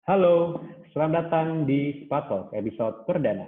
Halo, selamat datang di Spatalk episode perdana.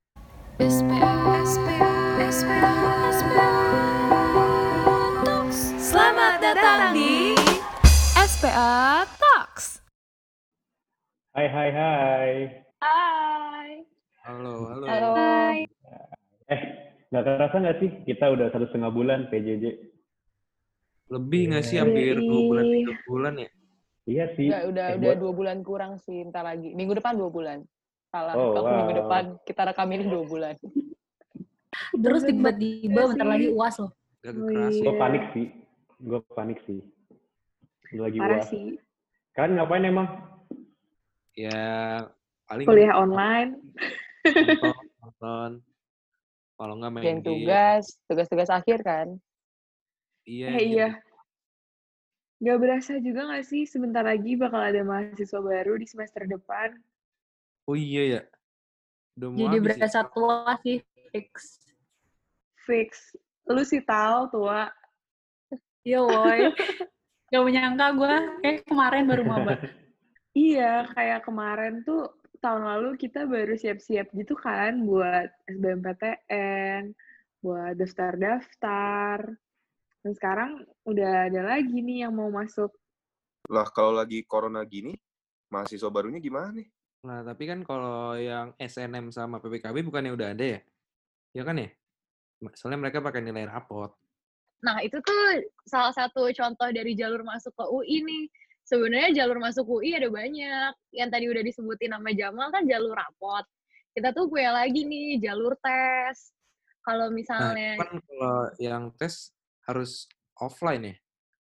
Selamat datang di SPA Talks. Hai, hai, hai. Hai. Halo. Hai. Nggak kerasa nggak sih kita udah 1,5 bulan PJJ? Lebih nggak sih? Iya. Hampir 2 bulan, Ih. 3 bulan ya? Iya sih. Udah Buat 2 bulan kurang sih, ntar lagi. Minggu depan 2 bulan. Salah, Oh, kalau minggu depan wow. kita rekam ini 2 bulan. Terus Bener tiba-tiba banget bentar sih. lagi UAS loh. Gak Oh kerasa. Gue iya. panik sih. Lagi Parah UAS. sih. Kalian ngapain emang? Ya paling Kuliah online, nonton. Kalau nggak main yang game. tugas akhir kan. Iya. Iya. Gak berasa juga gak sih sebentar lagi bakal ada mahasiswa baru di semester depan? Oh iya ya. Udah mau Jadi habis ya. berasa tua sih, fix. Fix. Lu sih tahu tua. Iya woy. Gak menyangka gue, kayak kemarin baru maba. Iya, kayak kemarin tuh tahun lalu kita baru siap-siap gitu kan buat SBMPTN, buat daftar-daftar. Dan sekarang udah ada lagi nih yang mau masuk. Lah kalau lagi corona gini, mahasiswa barunya gimana nih? Nah tapi kan kalau yang SNM sama PPKB bukannya udah ada ya? Ya kan ya? Soalnya mereka pakai nilai rapot. Nah, itu tuh salah satu contoh dari jalur masuk ke UI nih. Sebenarnya jalur masuk UI ada banyak. Yang tadi udah disebutin nama Jamal kan jalur rapot. Kita tuh punya lagi nih jalur tes. Kalau Nah misalnya kan kalau yang tes harus offline ya?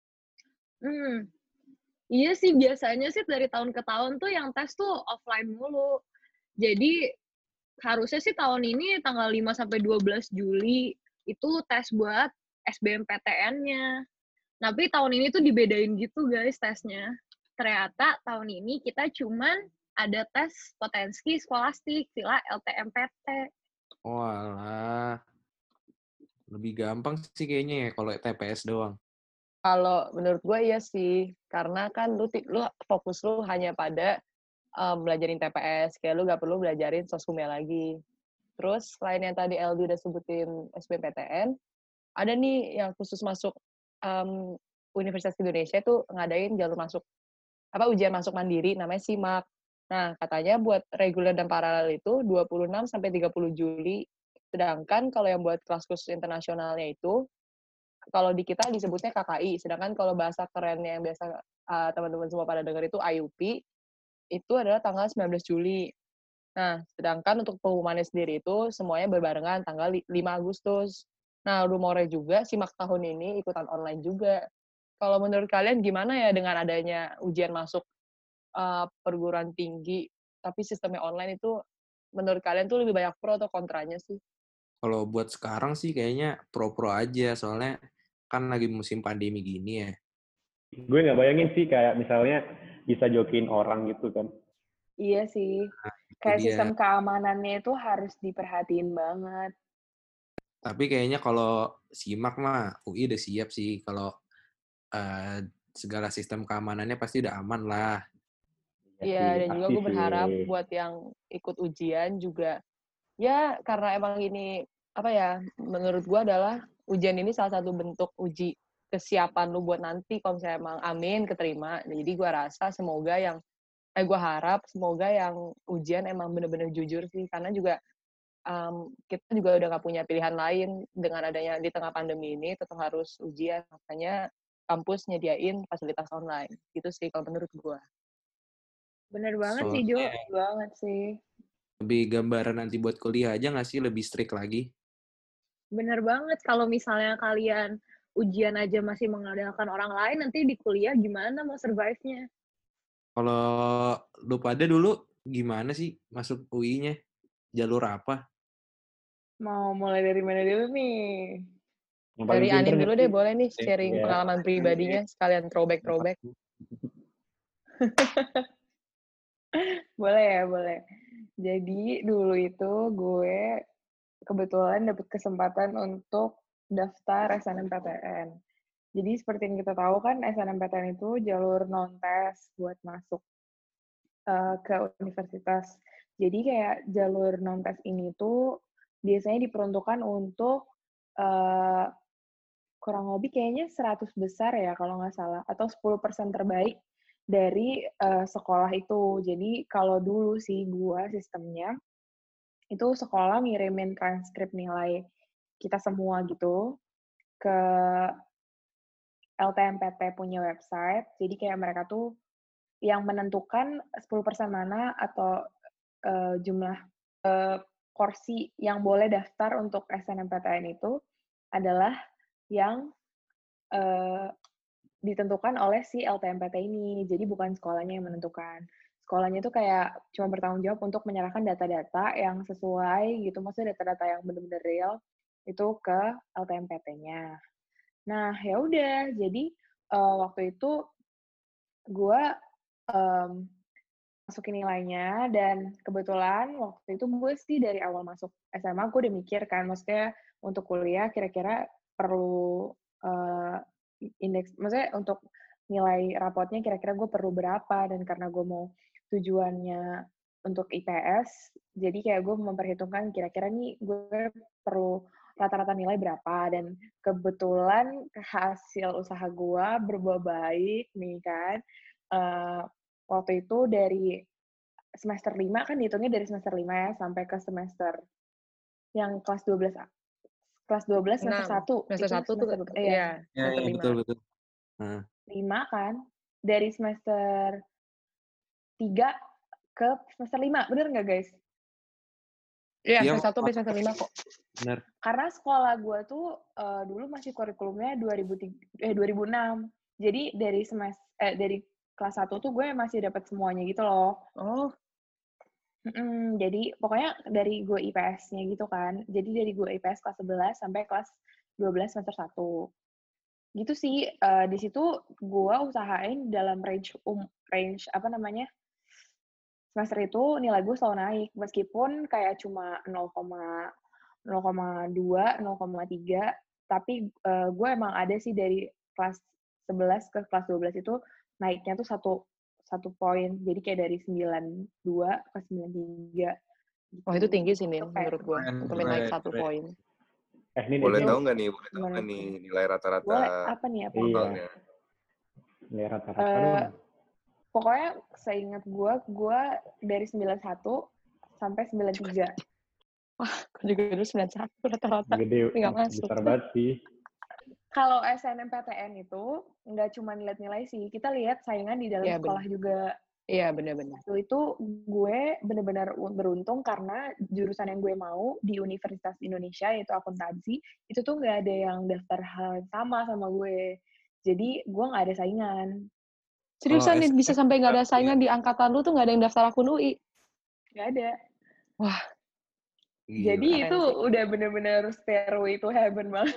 Iya sih, biasanya sih dari tahun ke tahun tuh yang tes tuh offline mulu. Jadi harusnya sih tahun ini tanggal 5 sampai 12 Juli itu tes buat SBMPTN-nya. Tapi tahun ini tuh dibedain gitu guys tesnya. Ternyata tahun ini kita cuman ada tes potensi skolastik, sila LTMPT. Walah. Lebih gampang sih kayaknya ya kalau TPS doang. Kalau menurut gue iya sih, karena kan lu fokus lu hanya pada belajarin TPS, kayak lu gak perlu belajarin soskumnya lagi. Terus selain yang tadi LD udah sebutin SBMPTN, ada nih yang khusus masuk Universitas Indonesia tuh ngadain jalur masuk ujian masuk mandiri namanya SIMAK. Nah, katanya buat reguler dan paralel itu 26 sampai 30 Juli. Sedangkan kalau yang buat kelas khusus internasionalnya itu kalau di kita disebutnya KKI, sedangkan kalau bahasa kerennya yang biasa teman-teman semua pada dengar itu IUP, itu adalah tanggal 19 Juli. Nah, sedangkan untuk pengumumannya sendiri itu semuanya berbarengan tanggal 5 Agustus. Nah, rumornya juga SIMAK tahun ini ikutan online juga. Kalau menurut kalian gimana ya dengan adanya ujian masuk perguruan tinggi, tapi sistemnya online itu menurut kalian tuh lebih banyak pro atau kontranya sih? Kalau buat sekarang sih kayaknya pro-pro aja, soalnya kan lagi musim pandemi gini ya. Gue nggak bayangin sih kayak misalnya bisa jokin orang gitu kan. Iya sih. Nah, itu Kayak dia. sistem keamanannya itu harus diperhatiin banget. Tapi kayaknya kalau SIMAK mah UI udah siap sih. Kalau segala sistem keamanannya pasti udah aman lah. Iya, dan juga Pasti gue berharap sih. buat yang ikut ujian juga, ya karena emang ini, menurut gue adalah ujian ini salah satu bentuk uji kesiapan lu buat nanti kalau misalnya emang amin keterima. Jadi gue rasa gue harap semoga yang ujian emang bener-bener jujur sih, karena juga kita juga udah gak punya pilihan lain dengan adanya di tengah pandemi ini tetap harus ujian, makanya kampus nyediain fasilitas online. Gitu sih kalau menurut gue. Bener banget sih, Jo. Soalnya Banget sih. lebih gambaran nanti buat kuliah aja nggak sih, lebih strict lagi. Bener banget, kalau misalnya kalian ujian aja masih mengandalkan orang lain, nanti di kuliah gimana mau survive-nya? Kalau lu pada dulu gimana sih masuk UI-nya? Jalur apa? Mau mulai dari mana dulu nih? Yang paling Dari pinter Anin dulu deh, ngerti. boleh nih sharing Iya. pengalaman pribadinya, sekalian throwback. Boleh ya, boleh. Jadi dulu itu gue kebetulan dapet kesempatan untuk daftar SNMPTN. Jadi seperti yang kita tahu kan SNMPTN itu jalur non-tes buat masuk ke universitas. Jadi kayak jalur non-tes ini tuh biasanya diperuntukkan untuk kurang lebih kayaknya 100 besar ya kalau nggak salah, atau 10% terbaik dari sekolah itu. Jadi kalau dulu sih gua sistemnya, itu sekolah ngirimin transkrip nilai kita semua gitu ke LTMPT punya website. Jadi kayak mereka tuh yang menentukan 10% mana atau jumlah porsi yang boleh daftar untuk SNMPTN itu adalah yang ditentukan oleh si LTMPT ini. Jadi bukan sekolahnya yang menentukan. Sekolahnya itu kayak cuma bertanggung jawab untuk menyerahkan data-data yang sesuai gitu, maksudnya data-data yang benar-benar real itu ke LTMPT-nya. Nah, ya udah. Jadi waktu itu gue masukin nilainya, dan kebetulan waktu itu gue sih dari awal masuk SMA gue udah mikir kan, maksudnya untuk kuliah kira-kira perlu indeks, maksudnya untuk nilai rapotnya kira-kira gue perlu berapa, dan karena gue mau tujuannya untuk IPS, jadi kayak gue memperhitungkan kira-kira nih gue perlu rata-rata nilai berapa, dan kebetulan hasil usaha gue berbuah baik nih kan. Waktu itu dari semester 5 kan dihitungnya dari semester 5 ya sampai ke semester yang kelas 12 semester 1 semester 1 tuh iya semester 5 betul. 5 kan dari semester 3 ke semester 5, bener nggak guys? Iya, semester 1 sampai semester 5 kok. Bener. Karena sekolah gue tuh dulu masih kurikulumnya 2006. Jadi dari dari kelas 1 tuh gue masih dapat semuanya gitu loh. Oh. Jadi pokoknya dari gue IPS-nya gitu kan. Jadi dari gue IPS kelas 11 sampai kelas 12 semester 1. Gitu sih, di situ gue usahain dalam range apa namanya, semester itu nilai gue selalu naik. Meskipun kayak cuma 0,2, 0,3, tapi gue emang ada sih dari kelas 11 ke kelas 12 itu naiknya tuh satu poin. Jadi kayak dari 92 ke 93. Gitu. Oh, itu tinggi sih, Nin, Itu kayak menurut gue. Untuk naik 1 poin. Ini Boleh itu tahu nggak nih nilai rata-rata boleh, apa nih? totalnya? Nilai rata-rata. Pokoknya seingat gue dari 91 sampai 93. Wah, gue juga dulu 91 rata-rata. Gede, nggak masuk. besar banget sih. Kalau SNMPTN itu nggak cuma lihat nilai sih, kita lihat saingan di dalam sekolah juga. Iya, benar-benar. Waktu itu gue benar-benar beruntung karena jurusan yang gue mau di Universitas Indonesia, yaitu akuntansi, itu tuh nggak ada yang daftar hal yang sama gue. Jadi gue nggak ada saingan. Seriusan, Nin, bisa sampai nggak ada saingan di angkatan lu tuh nggak ada yang daftar akun UI? Nggak ada. Wah. Jadi itu udah benar-benar stairway to heaven banget.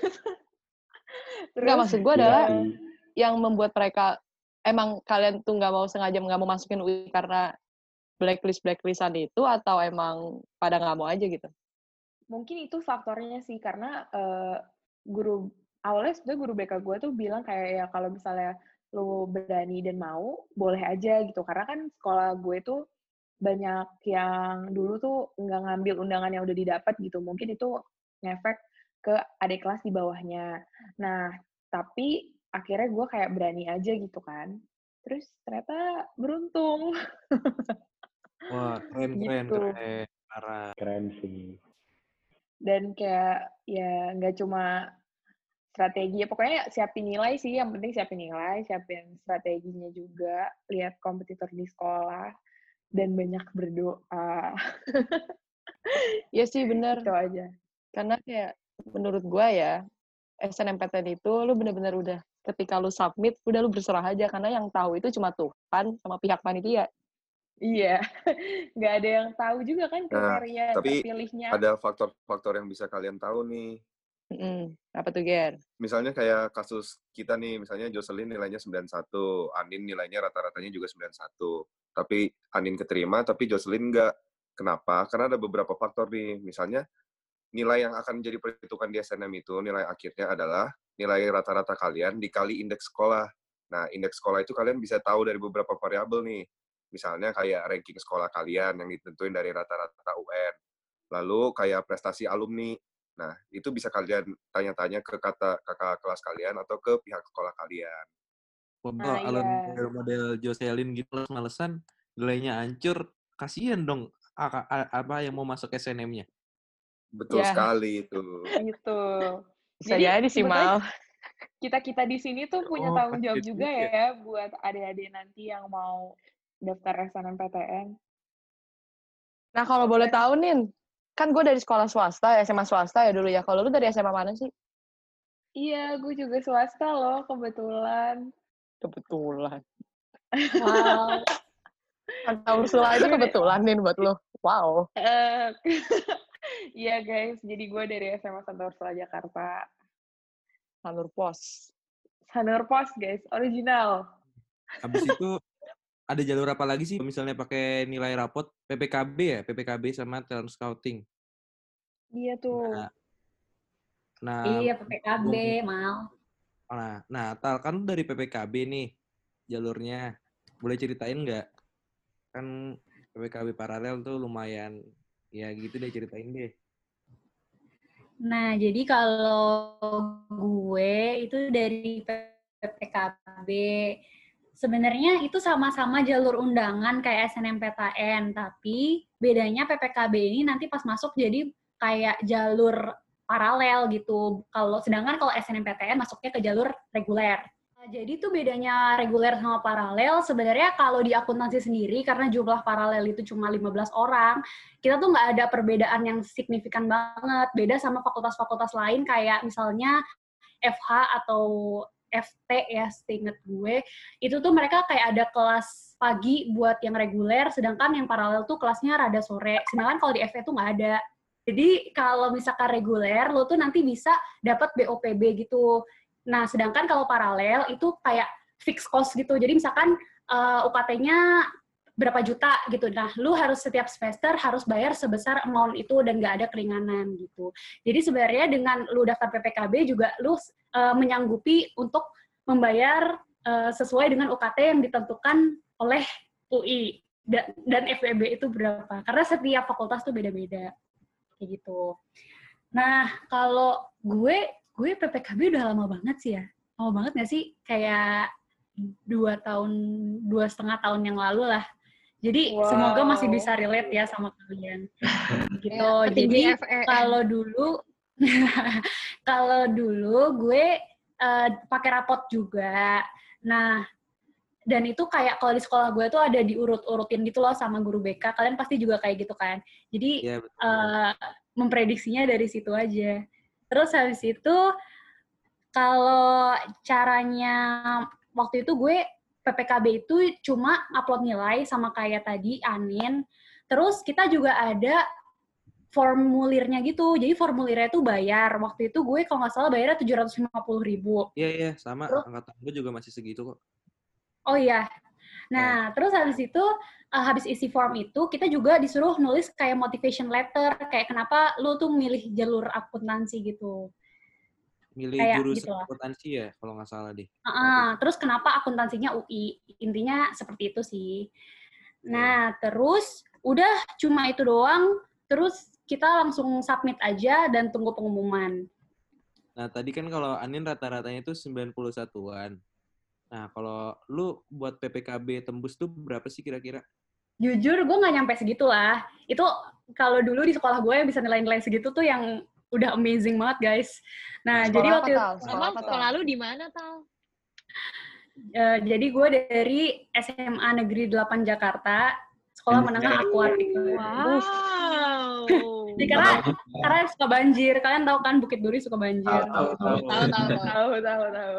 Nggak, maksud gue adalah yang membuat mereka, emang kalian tuh nggak mau sengaja nggak mau masukin UI karena blacklistan itu, atau emang pada nggak mau aja gitu? Mungkin itu faktornya sih, karena awalnya sebenarnya guru BK gue tuh bilang kayak ya kalau misalnya lu berani dan mau, boleh aja gitu. Karena kan sekolah gue tuh banyak yang dulu tuh nggak ngambil undangan yang udah didapat gitu. Mungkin itu ngefek ke adik kelas di bawahnya. Nah, tapi akhirnya gue kayak berani aja gitu kan. Terus ternyata beruntung. Wah, keren. Parah. Keren sih. Dan kayak ya nggak cuma strategi, ya pokoknya siapin nilai sih, yang penting siapin nilai, siapin strateginya juga, lihat kompetitor di sekolah, dan banyak berdoa. Iya sih, bener. Itu aja. Karena kayak menurut gue ya, SNMPTN itu lu bener-bener udah, ketika lu submit, udah lu berserah aja, karena yang tahu itu cuma Tuhan sama pihak panitia. Iya, nggak ada yang tahu juga kan kriteria terpilihnya. Tapi ada faktor-faktor yang bisa kalian tahu nih. Apa tuh, Ger? Misalnya kayak kasus kita nih, misalnya Jocelyn nilainya 91, Anin nilainya rata-ratanya juga 91. Tapi Anin keterima, tapi Jocelyn enggak. Kenapa? Karena ada beberapa faktor nih. Misalnya, nilai yang akan jadi perhitungan di SNM itu, nilai akhirnya adalah nilai rata-rata kalian dikali indeks sekolah. Nah, indeks sekolah itu kalian bisa tahu dari beberapa variabel nih. Misalnya kayak ranking sekolah kalian yang ditentuin dari rata-rata UN. Lalu kayak prestasi alumni. Nah, itu bisa kalian tanya-tanya ke kakak kelas kalian atau ke pihak sekolah kalian. Kalau alumni model Jocelyn gitu malesan, nilainya hancur, kasihan dong apa yang mau masuk SNM-nya. Betul sekali itu. Gitu. Bisa jadi sih, Mal. Kita di sini tuh punya tanggung jawab juga ya buat adik-adik nanti yang mau daftar SNMPTN. Nah, kalau boleh tahu, Nin, kan gue dari sekolah swasta, SMA swasta ya dulu ya. Kalau lu dari SMA mana sih? Iya, gue juga swasta loh, kebetulan. Kebetulan. Wow. Mantap Ursula itu kebetulan, Nin, buat lu. Wow. Iya, guys. Jadi gue dari SMA Santa Ursula Jakarta. Sanur Pos. Sanur Pos, guys. Original. Habis itu ada jalur apa lagi sih? Misalnya pakai nilai rapot PPKB ya, PPKB sama talent scouting. Iya tuh. Iya, PPKB, Mal. Nah, Tal, kan dari PPKB nih jalurnya. Boleh ceritain nggak? Kan PPKB paralel tuh lumayan, ya gitu deh, ceritain deh. Nah, jadi kalau gue itu dari PPKB, sebenarnya itu sama-sama jalur undangan kayak SNMPTN, tapi bedanya PPKB ini nanti pas masuk jadi kayak jalur paralel gitu. Sedangkan kalau SNMPTN masuknya ke jalur reguler. Jadi tuh bedanya reguler sama paralel, sebenarnya kalau di akuntansi sendiri, karena jumlah paralel itu cuma 15 orang, kita tuh nggak ada perbedaan yang signifikan banget. Beda sama fakultas-fakultas lain, kayak misalnya FH atau FT ya, seinget gue, itu tuh mereka kayak ada kelas pagi buat yang reguler, sedangkan yang paralel tuh kelasnya rada sore. Sedangkan kalau di FT tuh nggak ada. Jadi kalau misalkan reguler, lo tuh nanti bisa dapat BOPB gitu. Nah, sedangkan kalau paralel itu kayak fixed cost gitu. Jadi misalkan UKT-nya berapa juta gitu. Nah, lu harus setiap semester harus bayar sebesar amount itu dan nggak ada keringanan gitu. Jadi sebenarnya dengan lu daftar PPKB juga lu menyanggupi untuk membayar sesuai dengan UKT yang ditentukan oleh UI dan FEB itu berapa. Karena setiap fakultas tuh beda-beda. Kayak gitu. Nah, kalau gue PPKB udah lama banget sih ya. Lama banget nggak sih? Kayak 2,5 tahun yang lalu lah. Jadi semoga masih bisa relate ya sama kalian. Gitu. Ya, jadi kalau dulu gue pakai rapot juga. Nah, dan itu kayak kalau di sekolah gue tuh ada diurut-urutin gitu loh sama guru BK. Kalian pasti juga kayak gitu kan. Jadi ya, memprediksinya dari situ aja. Terus habis itu, kalau caranya waktu itu gue PPKB itu cuma upload nilai sama kayak tadi Anin. Terus kita juga ada formulirnya gitu. Jadi formulirnya itu bayar. Waktu itu gue kalau nggak salah bayarnya 750.000. Iya, sama. Terus, angkatan gue juga masih segitu kok. Oh iya. Nah, terus habis itu, habis isi form itu, kita juga disuruh nulis kayak motivation letter, kayak kenapa lu tuh milih jalur akuntansi gitu. Milih kayak jurusan gitu akuntansi ya, kalau nggak salah deh. Terus kenapa akuntansinya UI? Intinya seperti itu sih. Nah, terus udah cuma itu doang, terus kita langsung submit aja dan tunggu pengumuman. Nah, tadi kan kalau Anin rata-ratanya itu 91-an. Nah, kalau lu buat PPKB tembus tuh berapa sih kira-kira? Jujur, gue nggak nyampe segitu lah. Itu kalau dulu di sekolah gue bisa nilai-nilai segitu tuh yang udah amazing banget, guys. Nah, sekolah jadi waktu itu... Sekolah lu di mana, Tal? Jadi gue dari SMA Negeri 8 Jakarta, sekolah menengah akuatik. Wow. Jadi karena suka banjir. Kalian tahu kan Bukit Duri suka banjir. Tahu.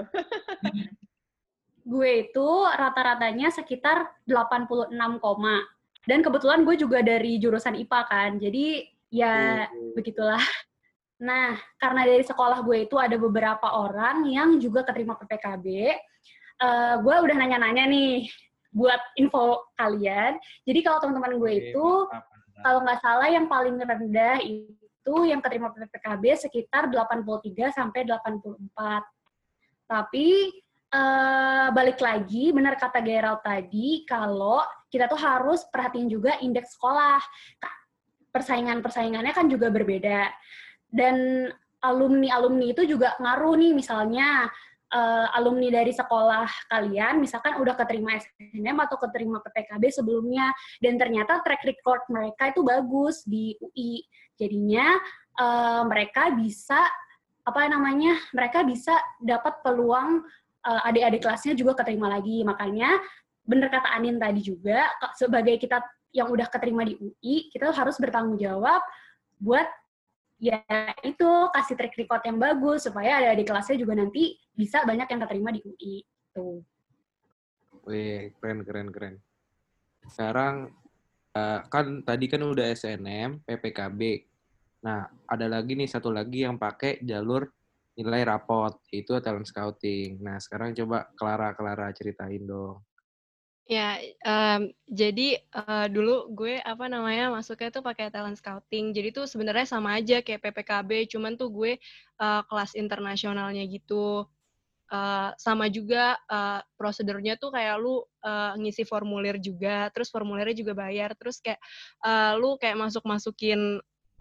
Gue itu rata-ratanya sekitar 86, dan kebetulan gue juga dari jurusan IPA kan, jadi ya begitulah. Nah, karena dari sekolah gue itu ada beberapa orang yang juga keterima PPKB, gue udah nanya-nanya nih buat info kalian. Jadi kalau teman-teman gue itu, kalau nggak salah yang paling rendah itu yang keterima PPKB sekitar 83 sampai 84. Tapi balik lagi, benar kata Gerald tadi, kalau kita tuh harus perhatiin juga indeks sekolah. Persaingannya kan juga berbeda. Dan alumni itu juga ngaruh nih, misalnya alumni dari sekolah kalian, misalkan udah keterima SNM atau keterima PPKB sebelumnya, dan ternyata track record mereka itu bagus di UI. Jadinya mereka bisa mereka bisa dapat peluang adik-adik kelasnya juga keterima lagi. Makanya bener kata Anin tadi juga, sebagai kita yang udah keterima di UI, kita harus bertanggung jawab buat ya itu kasih track record yang bagus supaya adik-adik kelasnya juga nanti bisa banyak yang keterima di UI. Tuh. Wih, keren. Sekarang kan tadi kan udah SNM, PPKB. Nah, ada lagi nih satu lagi yang pakai jalur nilai rapot, itu talent scouting. Nah, sekarang coba Clara ceritain dong. Ya, jadi dulu gue masuknya tuh pakai talent scouting. Jadi tuh sebenarnya sama aja kayak PPKB, cuman tuh gue kelas internasionalnya gitu. Sama juga prosedurnya tuh kayak lu ngisi formulir juga, terus formulirnya juga bayar, terus kayak lu kayak masukin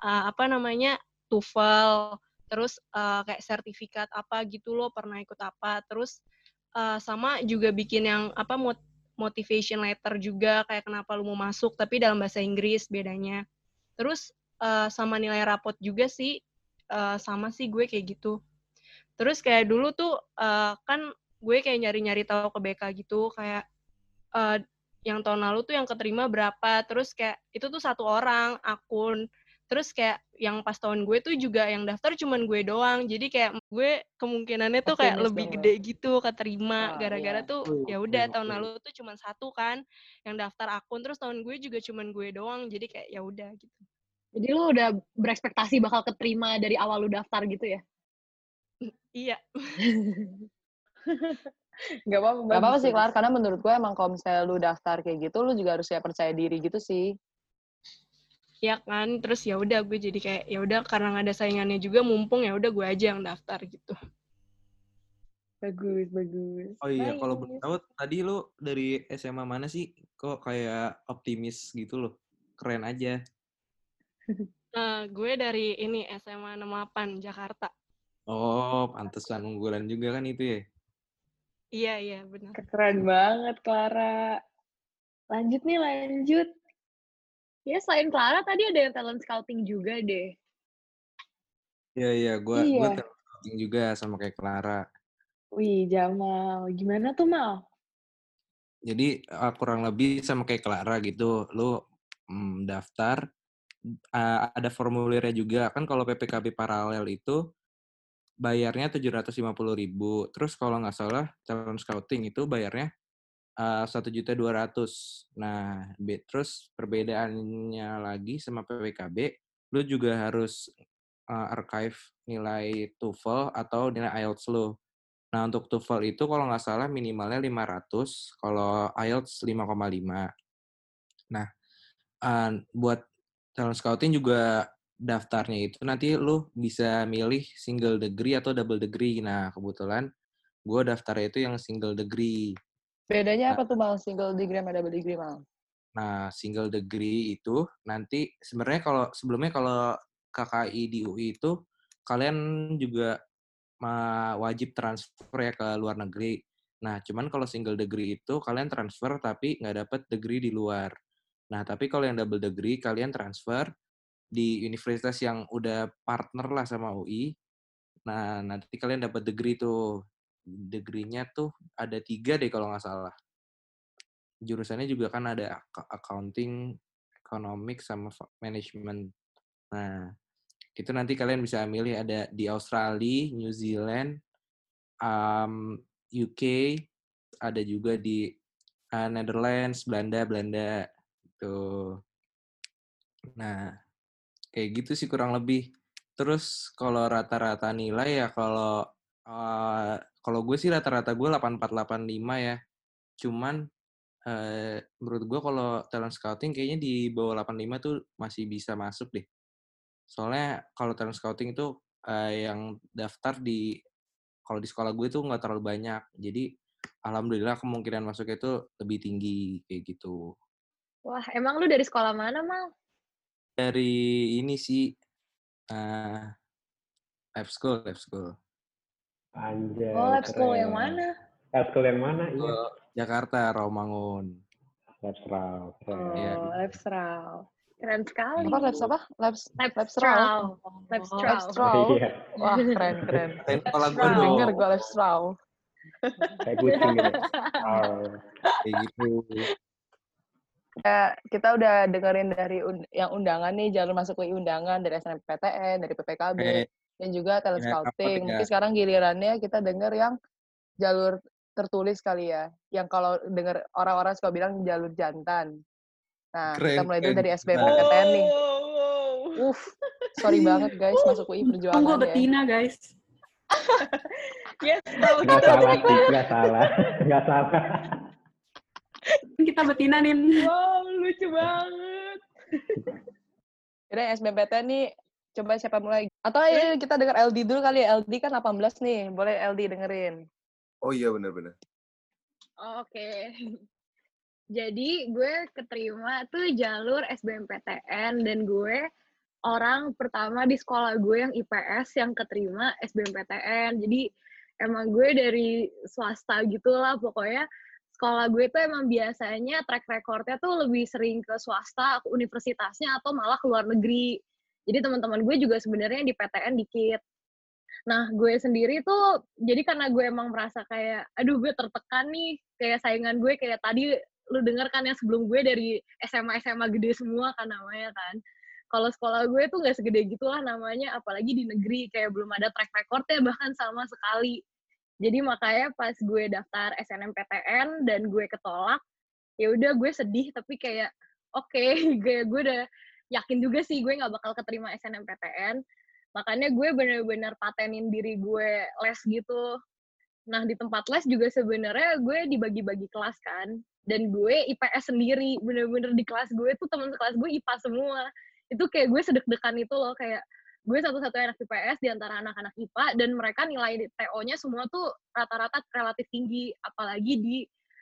TOEFL, terus kayak sertifikat apa gitu lo pernah ikut apa, terus sama juga bikin yang motivation letter juga kayak kenapa lu mau masuk tapi dalam bahasa Inggris bedanya. Terus sama nilai rapot juga sih sama sih gue kayak gitu. Terus kayak dulu tuh kan gue kayak nyari-nyari tahu ke BK gitu kayak yang tahun lalu tuh yang keterima berapa, terus kayak itu tuh satu orang akun. Terus kayak yang pas tahun gue tuh juga yang daftar cuman gue doang. Jadi kayak gue kemungkinannya tuh kayak Optimis lebih dong gede gitu keterima Wah, gara-gara iya. tuh ya udah tahun lalu tuh cuman satu kan yang daftar akun, terus tahun gue juga cuman gue doang. Jadi kayak ya udah gitu. Jadi lu udah berekspektasi bakal keterima dari awal lu daftar gitu ya? Iya. Gak apa-apa, Gak apa-apa sih, bagus. Clara, karena menurut gue emang kalau misalnya lu daftar kayak gitu, lu juga harus kayak percaya diri gitu sih. Ya kan, terus ya udah gue jadi kayak ya udah karena nggak ada saingannya juga, mumpung ya udah gue aja yang daftar gitu. Bagus. Oh iya, kalau boleh tahu tadi lu dari SMA mana sih? Kok kayak optimis gitu loh? Keren aja. Gue dari ini SMA 68 Jakarta. Oh, pantesan unggulan juga kan itu ya? Iya benar. Keren banget, Clara. Lanjut. Ya, selain Clara, tadi ada yang talent scouting juga deh. Iya, gue Iya. talent scouting juga sama kayak Clara. Wih, Jamal. Gimana tuh, Mal? Jadi kurang lebih sama kayak Clara gitu. Lu daftar, ada formulirnya juga. Kan kalau PPKB paralel itu bayarnya 750.000. Terus kalau nggak salah talent scouting itu bayarnya 1.200.000. Nah, terus perbedaannya lagi sama PPKB, lu juga harus archive nilai TOEFL atau nilai IELTS lu. Nah, untuk TOEFL itu kalau nggak salah minimalnya 500, kalau IELTS 5,5. Nah, buat talent scouting juga daftarnya itu nanti lu bisa milih single degree atau double degree. Nah, kebetulan gue daftarnya itu yang single degree. Bedanya apa tuh, Mal? Single degree sama double degree, Mal? Nah, single degree itu nanti sebenarnya sebelumnya kalau KKI di UI itu kalian juga wajib transfer ya ke luar negeri. Nah, cuman kalau single degree itu kalian transfer tapi nggak dapat degree di luar. Nah, tapi kalau yang double degree kalian transfer di universitas yang udah partner lah sama UI. Nah, nanti kalian dapat degree tuh. Degree-nya tuh ada 3 deh kalau nggak salah. Jurusannya juga kan ada accounting, economics, sama management. Nah, itu nanti kalian bisa milih ada di Australia, New Zealand, UK, ada juga di Netherlands, Belanda gitu. Nah, kayak gitu sih kurang lebih. Terus kalau rata-rata nilai ya kalau gue sih rata-rata gue 8485 ya. Cuman menurut gue kalau talent scouting kayaknya di bawah 85 tuh masih bisa masuk deh. Soalnya kalau talent scouting itu yang daftar kalau di sekolah gue tuh nggak terlalu banyak. Jadi alhamdulillah kemungkinan masuknya itu lebih tinggi kayak gitu. Wah, emang lu dari sekolah mana, Mal? Dari ini sih lab school. Anjay, Oh, lab school yang keren. mana? Lab school yang mana? Iya. Jakarta, Rawamangun. Labstral, keren. Iya. Oh, Labstral. Keren sekali. Apa labs apa? Labstral. Labstral. Labstral. Oh, iya. Wah, keren. Sekolah gue Baru dong. denger gue labstral. Kayak kucing gitu. Kayak gitu. Ya, kita udah dengerin dari yang undangan nih, jalur masuk UI undangan dari SNMPTN, dari PPKB, dan juga talent Ya, scouting. apa, Mungkin sekarang gilirannya kita denger yang jalur tertulis kali ya. Yang kalau denger orang-orang suka bilang jalur jantan. Nah, kita mulai dulu dari SBMPTN nih. Sorry banget guys, masuk UI perjuangan Tunggu ya. betina, guys. Yes, Nggak salah sih, nggak salah. Kita betina nih. wow, lucu banget. Jadi SBMPTN nih, coba siapa mulai? Atau kita denger LD dulu kali ya. LD kan 18 nih, boleh LD dengerin. Oh iya, benar-benar. Oke. Jadi gue keterima tuh jalur SBMPTN dan gue orang pertama di sekolah gue yang IPS yang keterima SBMPTN. Jadi emang gue dari swasta gitulah pokoknya. Sekolah gue tuh emang biasanya track recordnya tuh lebih sering ke swasta, ke universitasnya atau malah ke luar negeri. Jadi teman-teman gue juga sebenarnya di PTN dikit. Nah, gue sendiri tuh, jadi karena gue emang merasa kayak, aduh gue tertekan nih, kayak saingan gue, kayak tadi lu denger kan yang sebelum gue dari SMA gede semua kan namanya kan. Kalau sekolah gue tuh gak segede gitulah namanya, apalagi di negeri, kayak belum ada track recordnya bahkan sama sekali. Jadi makanya pas gue daftar SNMPTN dan gue ketolak, ya udah gue sedih, tapi kayak, oke, gue udah yakin juga sih gue gak bakal keterima SNMPTN. Makanya gue bener-bener patenin diri gue les gitu. Nah, di tempat les juga sebenarnya gue dibagi-bagi kelas kan. Dan gue IPS sendiri. Bener-bener di kelas gue tuh teman sekelas gue IPA semua. Itu kayak gue sedek-dekan itu loh. Kayak gue satu-satunya anak IPS di antara anak-anak IPA. Dan mereka nilai TO-nya semua tuh rata-rata relatif tinggi. Apalagi di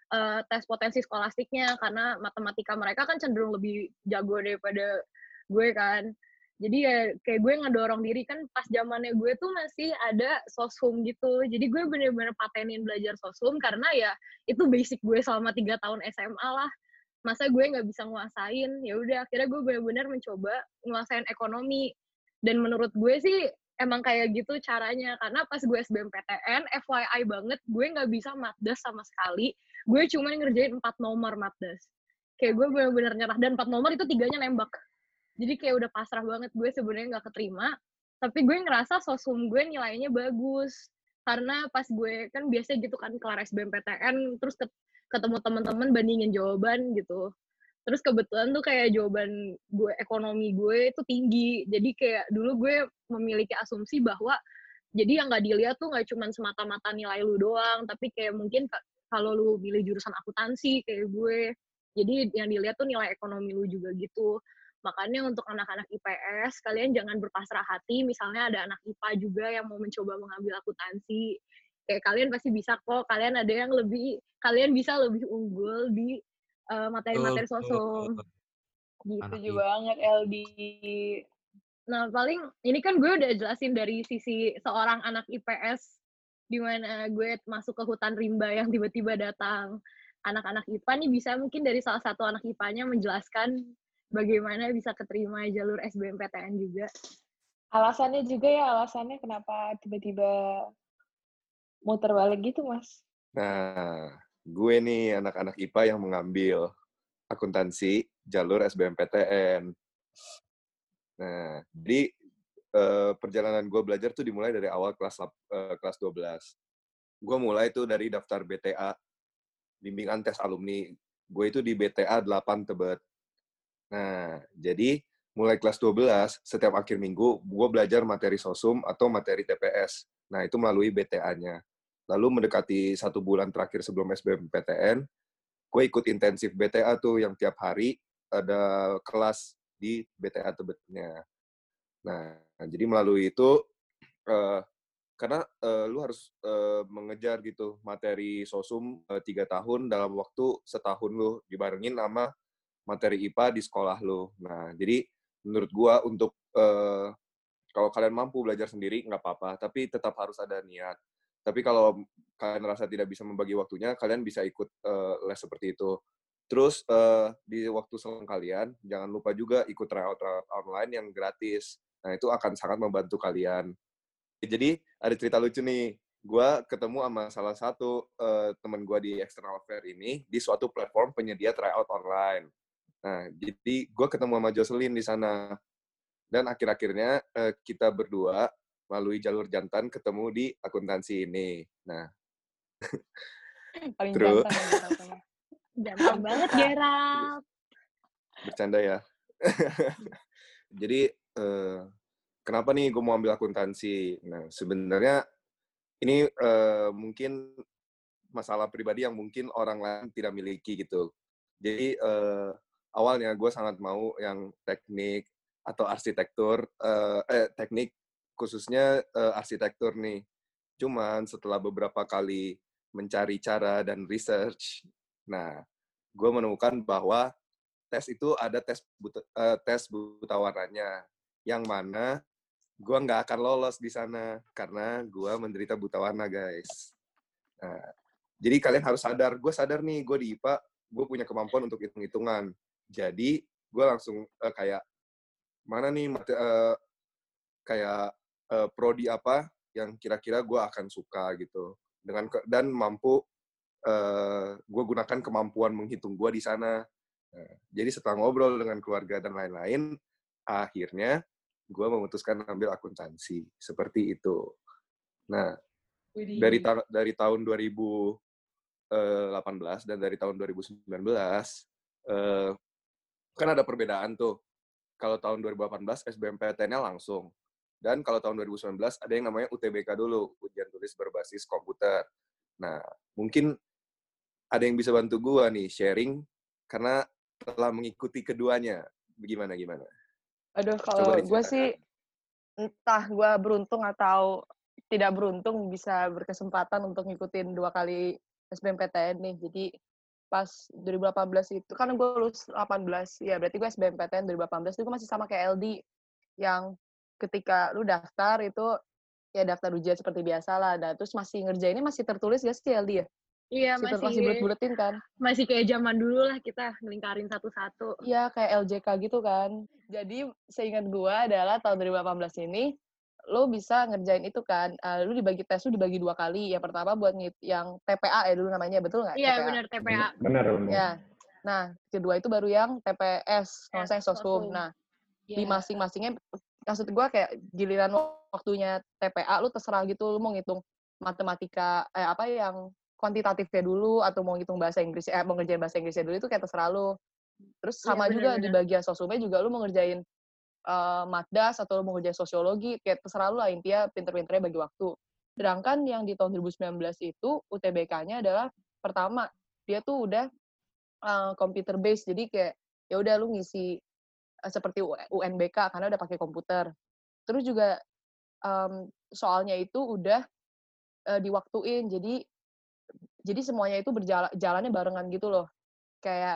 tes potensi skolastiknya. Karena matematika mereka kan cenderung lebih jago daripada gue kan. Jadi ya kayak gue ngedorong diri kan pas zamannya gue tuh masih ada soshum gitu. Jadi gue bener-bener patenin belajar soshum karena ya itu basic gue selama 3 tahun SMA lah. Masa gue nggak bisa nguasain? Ya udah akhirnya gue bener-bener mencoba nguasain ekonomi. Dan menurut gue sih emang kayak gitu caranya. Karena pas gue SBMPTN, FYI banget, gue nggak bisa matdas sama sekali. Gue cuma ngerjain 4 nomor matdas. Kayak gue bener-bener nyerah. Dan 4 nomor itu 3-nya nembak. Jadi kayak udah pasrah banget, gue sebenarnya nggak keterima, tapi gue ngerasa sosum gue nilainya bagus. Karena pas gue, kan biasa gitu kan, kelar SBMPTN, terus ketemu teman-teman bandingin jawaban gitu. Terus kebetulan tuh kayak jawaban gue, ekonomi gue itu tinggi. Jadi kayak dulu gue memiliki asumsi bahwa, jadi yang nggak dilihat tuh nggak cuma semata-mata nilai lu doang, tapi kayak mungkin kalau lu milih jurusan akuntansi kayak gue, jadi yang dilihat tuh nilai ekonomi lu juga gitu. Makanya untuk anak-anak IPS, kalian jangan berpasrah hati, misalnya ada anak IPA juga yang mau mencoba mengambil akuntansi. Kayak kalian pasti bisa kok, kalian bisa lebih unggul di materi-materi sosum. Gitu banget, LD. Nah, paling ini kan gue udah jelasin dari sisi seorang anak IPS, di mana gue masuk ke hutan rimba yang tiba-tiba datang. Anak-anak IPA nih bisa mungkin dari salah satu anak IPA-nya menjelaskan bagaimana bisa keterima jalur SBMPTN juga. Alasannya kenapa tiba-tiba muter balik gitu, Mas? Nah, gue nih anak-anak IPA yang mengambil akuntansi jalur SBMPTN. Nah, jadi perjalanan gue belajar tuh dimulai dari awal kelas 12. Gue mulai tuh dari daftar BTA, bimbingan tes alumni. Gue itu di BTA 8 Tebet. Nah, jadi mulai kelas 12, setiap akhir minggu, gue belajar materi sosum atau materi TPS. Nah, itu melalui BTA-nya. Lalu mendekati 1 bulan terakhir sebelum SBMPTN, gue ikut intensif BTA tuh yang tiap hari ada kelas di BTA Tebetnya. Nah, jadi melalui itu, karena lu harus mengejar gitu materi sosum 3 tahun dalam waktu setahun lu dibarengin sama materi IPA di sekolah lu. Nah, jadi menurut gua untuk kalau kalian mampu belajar sendiri nggak apa-apa, tapi tetap harus ada niat. Tapi kalau kalian rasa tidak bisa membagi waktunya, kalian bisa ikut les seperti itu. Terus di waktu senggang kalian, jangan lupa juga ikut tryout online yang gratis. Nah, itu akan sangat membantu kalian. Jadi ada cerita lucu nih. Gue ketemu sama salah satu teman gue di external affair ini di suatu platform penyedia tryout online. Nah, jadi gue ketemu sama Jocelyn di sana. Dan akhir-akhirnya kita berdua melalui jalur jantan ketemu di akuntansi ini. Nah, Paling terus jantan aja rasanya. Jantan banget, Gerald. bercanda ya. Jadi kenapa nih gue mau ambil akuntansi? Nah, sebenarnya ini mungkin masalah pribadi yang mungkin orang lain tidak miliki gitu. Jadi awalnya gue sangat mau yang teknik atau arsitektur, teknik khususnya arsitektur nih. Cuman setelah beberapa kali mencari cara dan research, nah gue menemukan bahwa tes itu ada tes buta warnanya, yang mana gue nggak akan lolos di sana karena gue menderita buta warna, guys. Nah, jadi kalian harus sadar, gue sadar nih, gue di IPA, gue punya kemampuan untuk hitung-hitungan. Jadi gue langsung kayak mana nih kayak prodi apa yang kira-kira gue akan suka gitu, dan mampu gue gunakan kemampuan menghitung gue di sana. Nah, jadi setelah ngobrol dengan keluarga dan lain-lain, akhirnya gue memutuskan ambil akuntansi seperti itu. Nah, dari tahun 2018 dan dari tahun 2019 kan ada perbedaan tuh. Kalau tahun 2018 SBMPTN-nya langsung. Dan kalau tahun 2019 ada yang namanya UTBK dulu, ujian tulis berbasis komputer. Nah, mungkin ada yang bisa bantu gue nih sharing karena telah mengikuti keduanya. Gimana? Aduh, Coba kalau gue diceritakan. sih entah gue beruntung atau tidak beruntung bisa berkesempatan untuk ngikutin 2 kali SBMPTN nih. Jadi pas 2018 itu, kan gue lulus 18, ya berarti gue SBMPTN 2018 itu gue masih sama kayak LD, yang ketika lu daftar itu, ya daftar ujian seperti biasa lah, dan terus masih ngerjainnya masih tertulis gak sih LD ya? Iya, Masih bulet-buletin kan? masih kayak zaman dulu lah kita ngelingkarin satu-satu. Iya, kayak LJK gitu kan. Jadi seingat gue adalah tahun 2018 ini, lo bisa ngerjain itu kan, lu dibagi 2 kali. Yang pertama buat yang TPA ya dulu namanya, betul nggak? Iya, TPA. benar TPA. Benar. Ya. Nah, kedua itu baru yang TPS, kalau saya sosum. Nah, di masing-masingnya, maksud gue kayak giliran waktunya TPA, lu terserah gitu, lu mau ngitung matematika, apa yang kuantitatifnya dulu, atau mau ngitung bahasa Inggris, mau ngerjain bahasa Inggrisnya dulu, itu kayak terserah lu. Terus sama juga di bagian sosumnya juga lu mau ngerjain matdas atau lu mau ngerjain sosiologi, kayak terserah lu lah, intinya pinter-pinternya bagi waktu. Sedangkan yang di tahun 2019 itu UTBK-nya adalah pertama dia tuh udah computer based, jadi kayak ya udah lu ngisi seperti UNBK karena udah pakai komputer. Terus juga soalnya itu udah diwaktuin, jadi semuanya itu jalannya barengan gitu loh. Kayak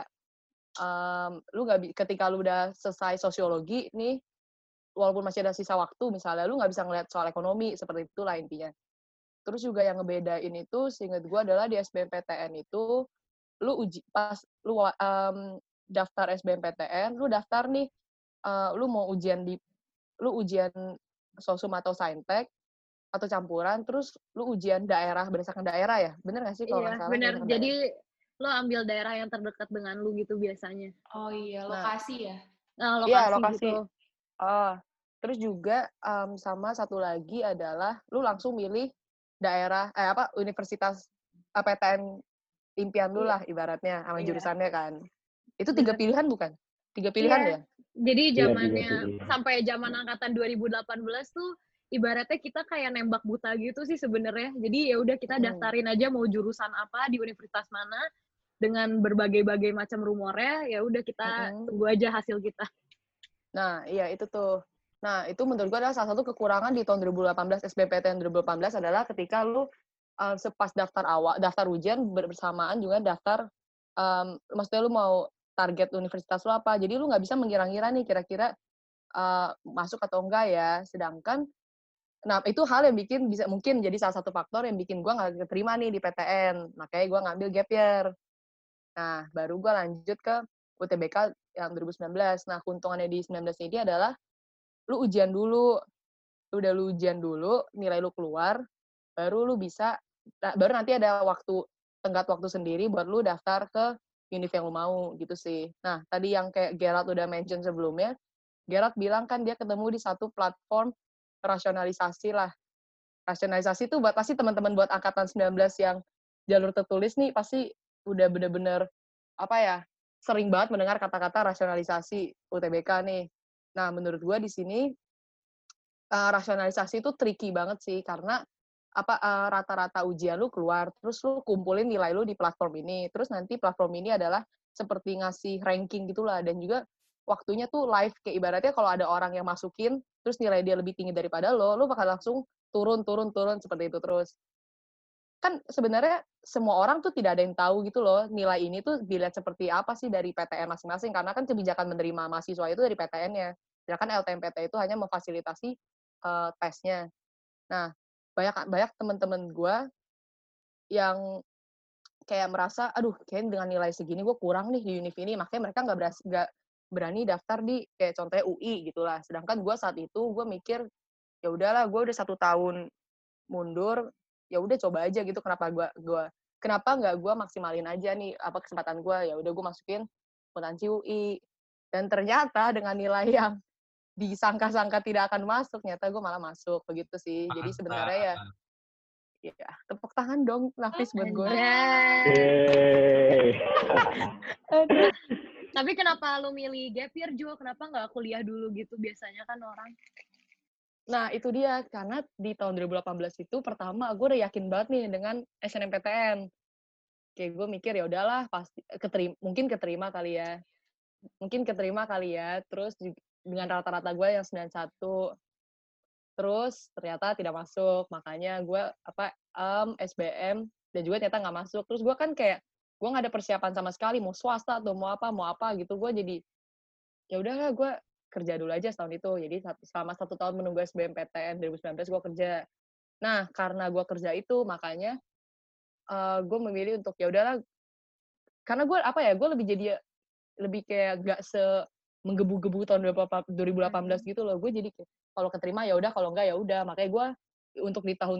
lu ketika lu udah selesai sosiologi nih, walaupun masih ada sisa waktu, misalnya lu nggak bisa ngeliat soal ekonomi, seperti itulah intinya. Terus juga yang ngebedain itu, seinget gue adalah di SBMPTN itu, lu pas lu daftar SBMPTN, lu daftar nih, lu mau ujian sosum atau saintek, atau campuran, terus lu ujian daerah, berdasarkan daerah ya? Bener nggak sih kalau nggak salah? Iya, benar. Jadi lo ambil daerah yang terdekat dengan lu gitu biasanya. Oh iya, lokasi ya? Nah, lokasi, iya, lokasi gitu. Terus juga sama satu lagi adalah lu langsung milih daerah universitas PTN impian lu lah ibaratnya sama jurusannya kan. Itu 3 pilihan bukan? 3 pilihan ya? Jadi Iya, zamannya juga. sampai zaman angkatan 2018 tuh ibaratnya kita kayak nembak buta gitu sih sebenarnya. Jadi ya udah kita daftarin aja mau jurusan apa di universitas mana dengan berbagai-bagai macam rumornya, ya udah kita tunggu aja hasil kita. Nah, iya itu tuh. Nah, itu menurut gue adalah salah satu kekurangan di tahun 2018, SBMPTN 2018 adalah ketika lu pas daftar ujian bersamaan juga daftar, maksudnya lu mau target universitas lu apa. Jadi lu nggak bisa mengira-ngira nih kira-kira masuk atau enggak ya. Sedangkan, nah itu hal yang mungkin jadi salah satu faktor yang bikin gue nggak keterima nih di PTN. Makanya gue ngambil gap year. Nah, baru gue lanjut ke UTBK yang 2019. Nah, keuntungannya di 19 ini adalah lu ujian dulu. Lu ujian dulu, nilai lu keluar, baru baru nanti ada tenggat waktu sendiri buat lu daftar ke univ yang lu mau, gitu sih. Nah, tadi yang kayak Gerald udah mention sebelumnya, Gerald bilang kan dia ketemu di satu platform rasionalisasi lah. Rasionalisasi itu pasti teman-teman buat angkatan 19 yang jalur tertulis nih, pasti udah bener-bener, sering banget mendengar kata-kata rasionalisasi UTBK nih. Nah, menurut gue di sini, rasionalisasi itu tricky banget sih, karena rata-rata ujian lu keluar, terus lu kumpulin nilai lu di platform ini, terus nanti platform ini adalah seperti ngasih ranking gitulah, dan juga waktunya tuh live, kayak ibaratnya kalau ada orang yang masukin, terus nilai dia lebih tinggi daripada lu bakal langsung turun, seperti itu terus. Kan sebenarnya semua orang tuh tidak ada yang tahu gitu loh, nilai ini tuh dilihat seperti apa sih dari PTN masing-masing, karena kan kebijakan menerima mahasiswa itu dari PTN-nya, sedangkan LTMPT itu hanya memfasilitasi tesnya. Nah, banyak teman-teman gue yang kayak merasa, aduh, kayaknya dengan nilai segini gue kurang nih di univ ini, makanya mereka nggak berani daftar di kayak contohnya UI gitulah. Sedangkan gue saat itu gue mikir, ya udahlah, gue udah 1 tahun mundur, ya udah coba aja gitu, kenapa nggak gue maksimalin aja nih kesempatan gue, ya udah gue masukin akuntansi UI, dan ternyata dengan nilai yang disangka-sangka tidak akan masuk, ternyata gue malah masuk, begitu sih. Jadi sebenarnya ya tepuk tangan dong Nafis buat gue. Nah, tapi kenapa lu milih gap year, Jo? Kenapa nggak kuliah dulu gitu biasanya kan orang? Nah, itu dia. Karena di tahun 2018 itu pertama gue udah yakin banget nih dengan SNMPTN. Kayak gue mikir ya udahlah, pasti mungkin keterima kali ya. Terus dengan rata-rata gue yang 91. Terus ternyata tidak masuk, makanya gue SBM dan juga ternyata nggak masuk. Terus gue kan kayak gue nggak ada persiapan sama sekali, mau swasta atau mau apa gitu. Gue jadi ya udahlah, gue kerja dulu aja setahun itu. Jadi selama 1 tahun menunggu SBMPTN 2019 gue kerja. Nah, karena gue kerja itu, makanya gue memilih untuk ya udahlah, karena gue gue lebih kayak gak menggebu-gebu tahun 2018 gitu loh. Gue jadi kayak kalau keterima ya udah, kalau enggak ya udah. Makanya gue untuk tahun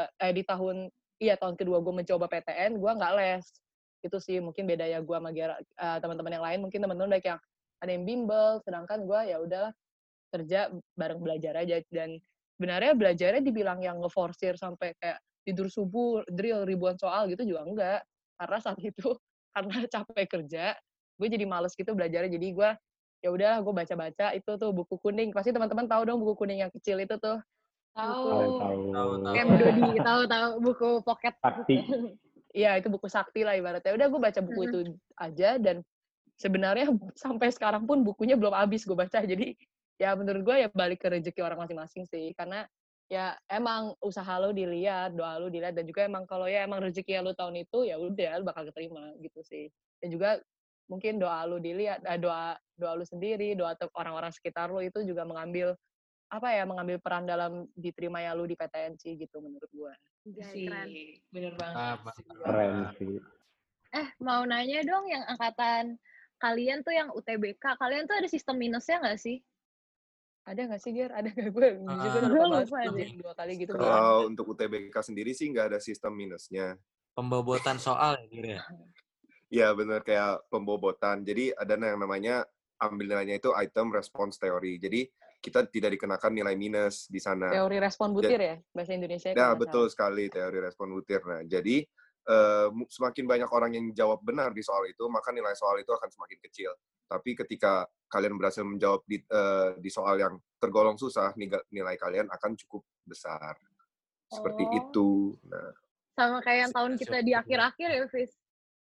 kedua gue mencoba PTN, gue nggak les. Itu sih mungkin bedanya gue sama teman-teman yang lain. Mungkin teman-teman baik yang ada yang bimbel, sedangkan gue ya udahlah kerja bareng belajar aja. Dan sebenarnya belajarnya dibilang yang ngeforsir sampai kayak tidur subuh, drill ribuan soal gitu juga enggak. Karena saat itu karena capek kerja, gue jadi males gitu belajarnya. Jadi gue ya udah, gue baca-baca itu tuh buku kuning. Pasti teman-teman tahu dong buku kuning yang kecil itu tuh. Tahu. Kayak Dodi, tahu buku pocket. Sakti. Iya, itu buku sakti lah ibaratnya. Udah, gue baca buku itu aja, dan sebenarnya sampai sekarang pun bukunya belum habis gue baca. Jadi ya menurut gue ya balik ke rezeki orang masing-masing sih. Karena ya emang usaha lo dilihat, doa lo dilihat, dan juga emang kalau ya emang rezeki lo tahun itu, ya udah lo bakal keterima gitu sih. Dan juga mungkin doa lo dilihat, doa lo sendiri, doa orang-orang sekitar lo itu juga mengambil peran dalam diterimanya lu di PTN sih gitu menurut gue. Keren. Bener banget. Keren sih. Mau nanya dong, yang angkatan kalian tuh yang UTBK, kalian tuh ada sistem minusnya nggak sih? Ada nggak sih, Ger? Ada nggak? Gue juga udah lupa banget 2 kali gitu. Kalau untuk UTBK sendiri sih nggak ada sistem minusnya. Pembobotan soal ya, Ger ya? Iya, bener, kayak pembobotan. Jadi ada yang namanya ambil nilainya itu item response teori. Jadi kita tidak dikenakan nilai minus di sana. Teori respon butir ya, bahasa Indonesia. Ya, betul sekali, teori respon butir. Nah, jadi semakin banyak orang yang jawab benar di soal itu, maka nilai soal itu akan semakin kecil. Tapi ketika kalian berhasil menjawab di soal yang tergolong susah, nilai kalian akan cukup besar. Seperti itu. Nah, Sama kayak yang tahun kita di akhir-akhir ya, Fis?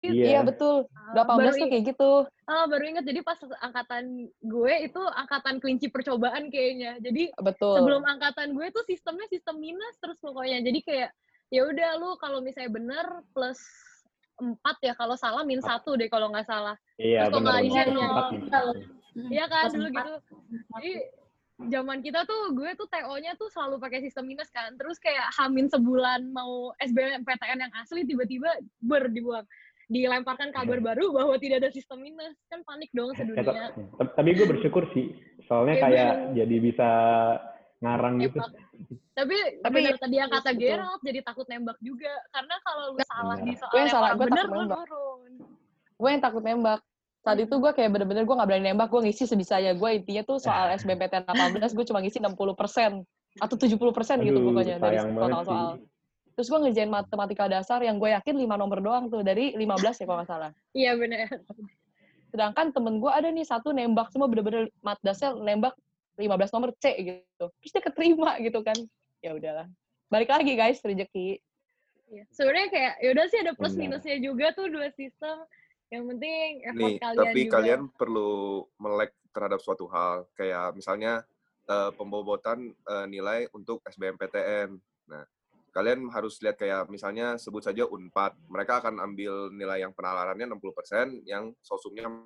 Iya betul. 18 tuh kayak gitu. Baru inget, jadi pas angkatan gue itu angkatan kelinci percobaan kayaknya. Jadi Betul. sebelum angkatan gue tuh sistemnya sistem minus terus pokoknya. Jadi kayak ya udah lu kalau misalnya bener plus 4 ya, kalau salah min 1 deh kalau nggak salah. Iya, Terus kalau nggak benar. additional. Iya kan dulu gitu. Jadi zaman kita tuh gue tuh TO-nya tuh selalu pakai sistem minus kan. Terus kayak hamin sebulan mau SBMPTN yang asli tiba-tiba dibuang. Dilemparkan kabar baru bahwa tidak ada sistem minus. Kan panik dong sedunia. Tapi gue bersyukur sih. Soalnya kayak jadi bisa ngarang gitu. Tapi benar tadi yang kata Gerald, jadi takut nembak juga. Karena kalau lu salah di soal yang orang bener, lu turun. Gue yang takut nembak. Saat itu gue kayak bener-bener gue gak berani nembak, gue ngisi sebisanya. Gue intinya tuh soal SBMPTN 18, gue cuma ngisi 60% atau 70% gitu pokoknya dari total soal. Terus gue ngerjain matematika dasar yang gue yakin 5 nomor doang tuh, dari 15 ya kalau nggak salah. Iya bener. Sedangkan temen gue ada nih satu nembak semua bener-bener mat dasar nembak 15 nomor C gitu. Terus dia keterima gitu kan. Ya udahlah. Balik lagi guys, rezeki. Iya. Sebenarnya kayak yaudah sih ada plus minusnya juga tuh dua sistem. Yang penting effort kalian tapi juga. kalian perlu melek terhadap suatu hal. Kayak misalnya pembobotan nilai untuk SBMPTN. Nah, kalian harus lihat kayak misalnya sebut saja Unpad. Mereka akan ambil nilai yang penalarannya 60%, yang sosumnya 40%.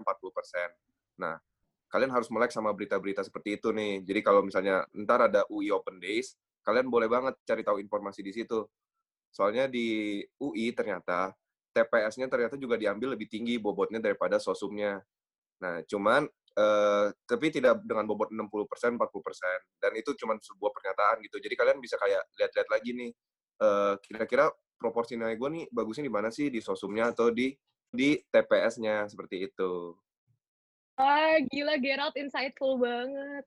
Nah, kalian harus melek sama berita-berita seperti itu nih. Jadi kalau misalnya ntar ada UI Open Days, kalian boleh banget cari tahu informasi di situ. Soalnya di UI ternyata TPS-nya ternyata juga diambil lebih tinggi bobotnya daripada sosumnya. Nah, cuman tapi tidak dengan bobot 60%, 40%. Dan itu cuma sebuah pernyataan gitu. Jadi kalian bisa kayak lihat-lihat lagi nih, kira-kira proporsi nilai gue nih bagusnya di mana sih, di sosumnya atau di TPS-nya, seperti itu. Wah, gila Gerald insightful banget.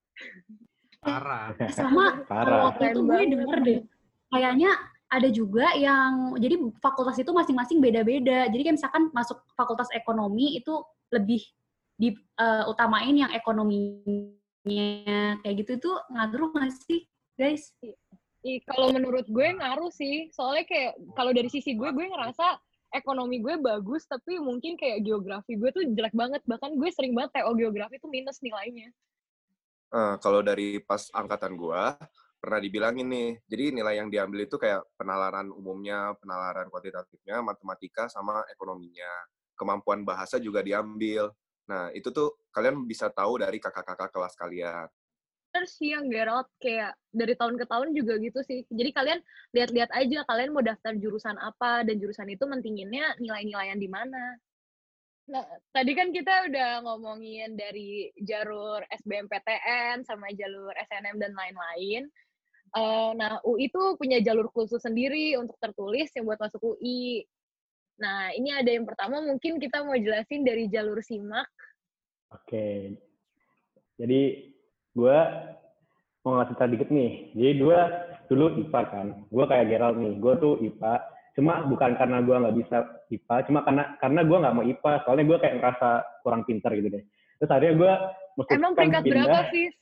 Parah. Sama waktu itu gue denger deh, kayaknya ada juga yang, jadi fakultas itu masing-masing beda-beda. Jadi kayak misalkan masuk fakultas ekonomi itu lebih diutamain yang ekonominya. Kayak gitu itu ngaruh nggak sih, guys? Kalau menurut gue ngaruh sih. Soalnya kayak kalau dari sisi gue ngerasa ekonomi gue bagus, tapi mungkin kayak geografi gue tuh jelek banget. Bahkan gue sering banget TO geografi tuh minus nilainya. Kalau dari pas angkatan gue, pernah dibilangin nih, jadi nilai yang diambil itu kayak penalaran umumnya, penalaran kuantitatifnya, matematika, sama ekonominya. Kemampuan bahasa juga diambil. Nah, itu tuh kalian bisa tahu dari kakak-kakak kelas kalian. Terus sih yang Gerald kayak dari tahun ke tahun juga gitu sih. Jadi kalian lihat-lihat aja kalian mau daftar jurusan apa, dan jurusan itu mentinginnya nilai-nilaian di mana. Nah, tadi kan kita udah ngomongin dari jalur SBMPTN sama jalur SNM dan lain-lain. Nah, UI tuh punya jalur khusus sendiri untuk tertulis yang buat masuk UI. Nah, ini ada yang pertama mungkin kita mau jelasin dari jalur SIMAK. Oke. Jadi, gue mau ngasih tahu dikit nih. Jadi, gue dulu IPA kan. Gue kayak Gerald nih. Gue tuh IPA. Cuma bukan karena gue nggak bisa IPA. Cuma karena gue nggak mau IPA. Soalnya gue kayak ngerasa kurang pintar gitu deh. Terus akhirnya gue memutuskan Emang peringkat berapa, Fis?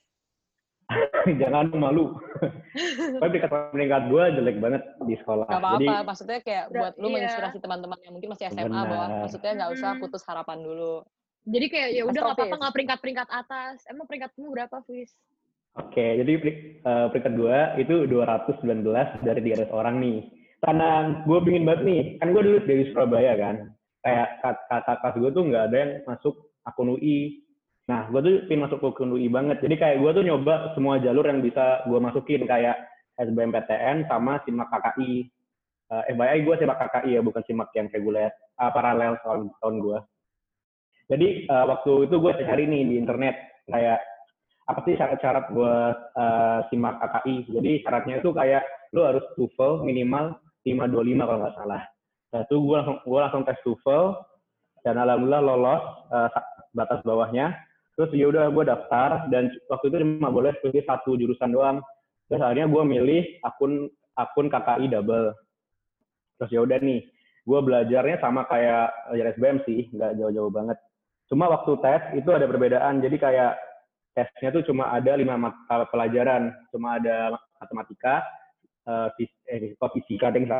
Jangan malu. Tapi peringkat gue jelek banget di sekolah. Gak apa-apa, jadi, maksudnya kayak buat lu menginspirasi teman-teman yang mungkin masih SMA bahwa maksudnya nggak usah putus harapan dulu. Jadi kayak ya udah nggak apa-apa, nggak peringkat atas. Emang peringkatmu berapa, Fis? Oke, jadi peringkat gue itu 219 dari 300 orang nih. Karena gue pingin banget nih, kan gue dulu dari Surabaya kan. Kayak kakak kelas gue tuh nggak ada yang masuk akun UI. Nah, gue tuh pengen masuk akun UI banget. Jadi kayak gue tuh nyoba semua jalur yang bisa gue masukin. Kayak SBMPTN sama SIMAK KKI. FYI gue SIMAK KKI ya, bukan SIMAK yang reguler, paralel tahun gue. Jadi waktu itu gue cari nih di internet. Kayak apa sih syarat-syarat buat SIMAK KKI. Jadi syaratnya itu kayak lu harus TOEFL minimal 525 kalau nggak salah. Nah itu gue langsung tes TOEFL dan alhamdulillah lolos batas bawahnya. Terus ya udah gue daftar dan waktu itu cuma boleh pilih satu jurusan doang. Terus akhirnya gue milih akun KKI double. Terus ya udah nih, gue belajarnya sama kayak SBM sih, nggak jauh-jauh banget. Cuma waktu tes itu ada perbedaan. Jadi kayak tesnya tuh cuma ada 5 mata pelajaran, cuma ada matematika, fisika yang salah,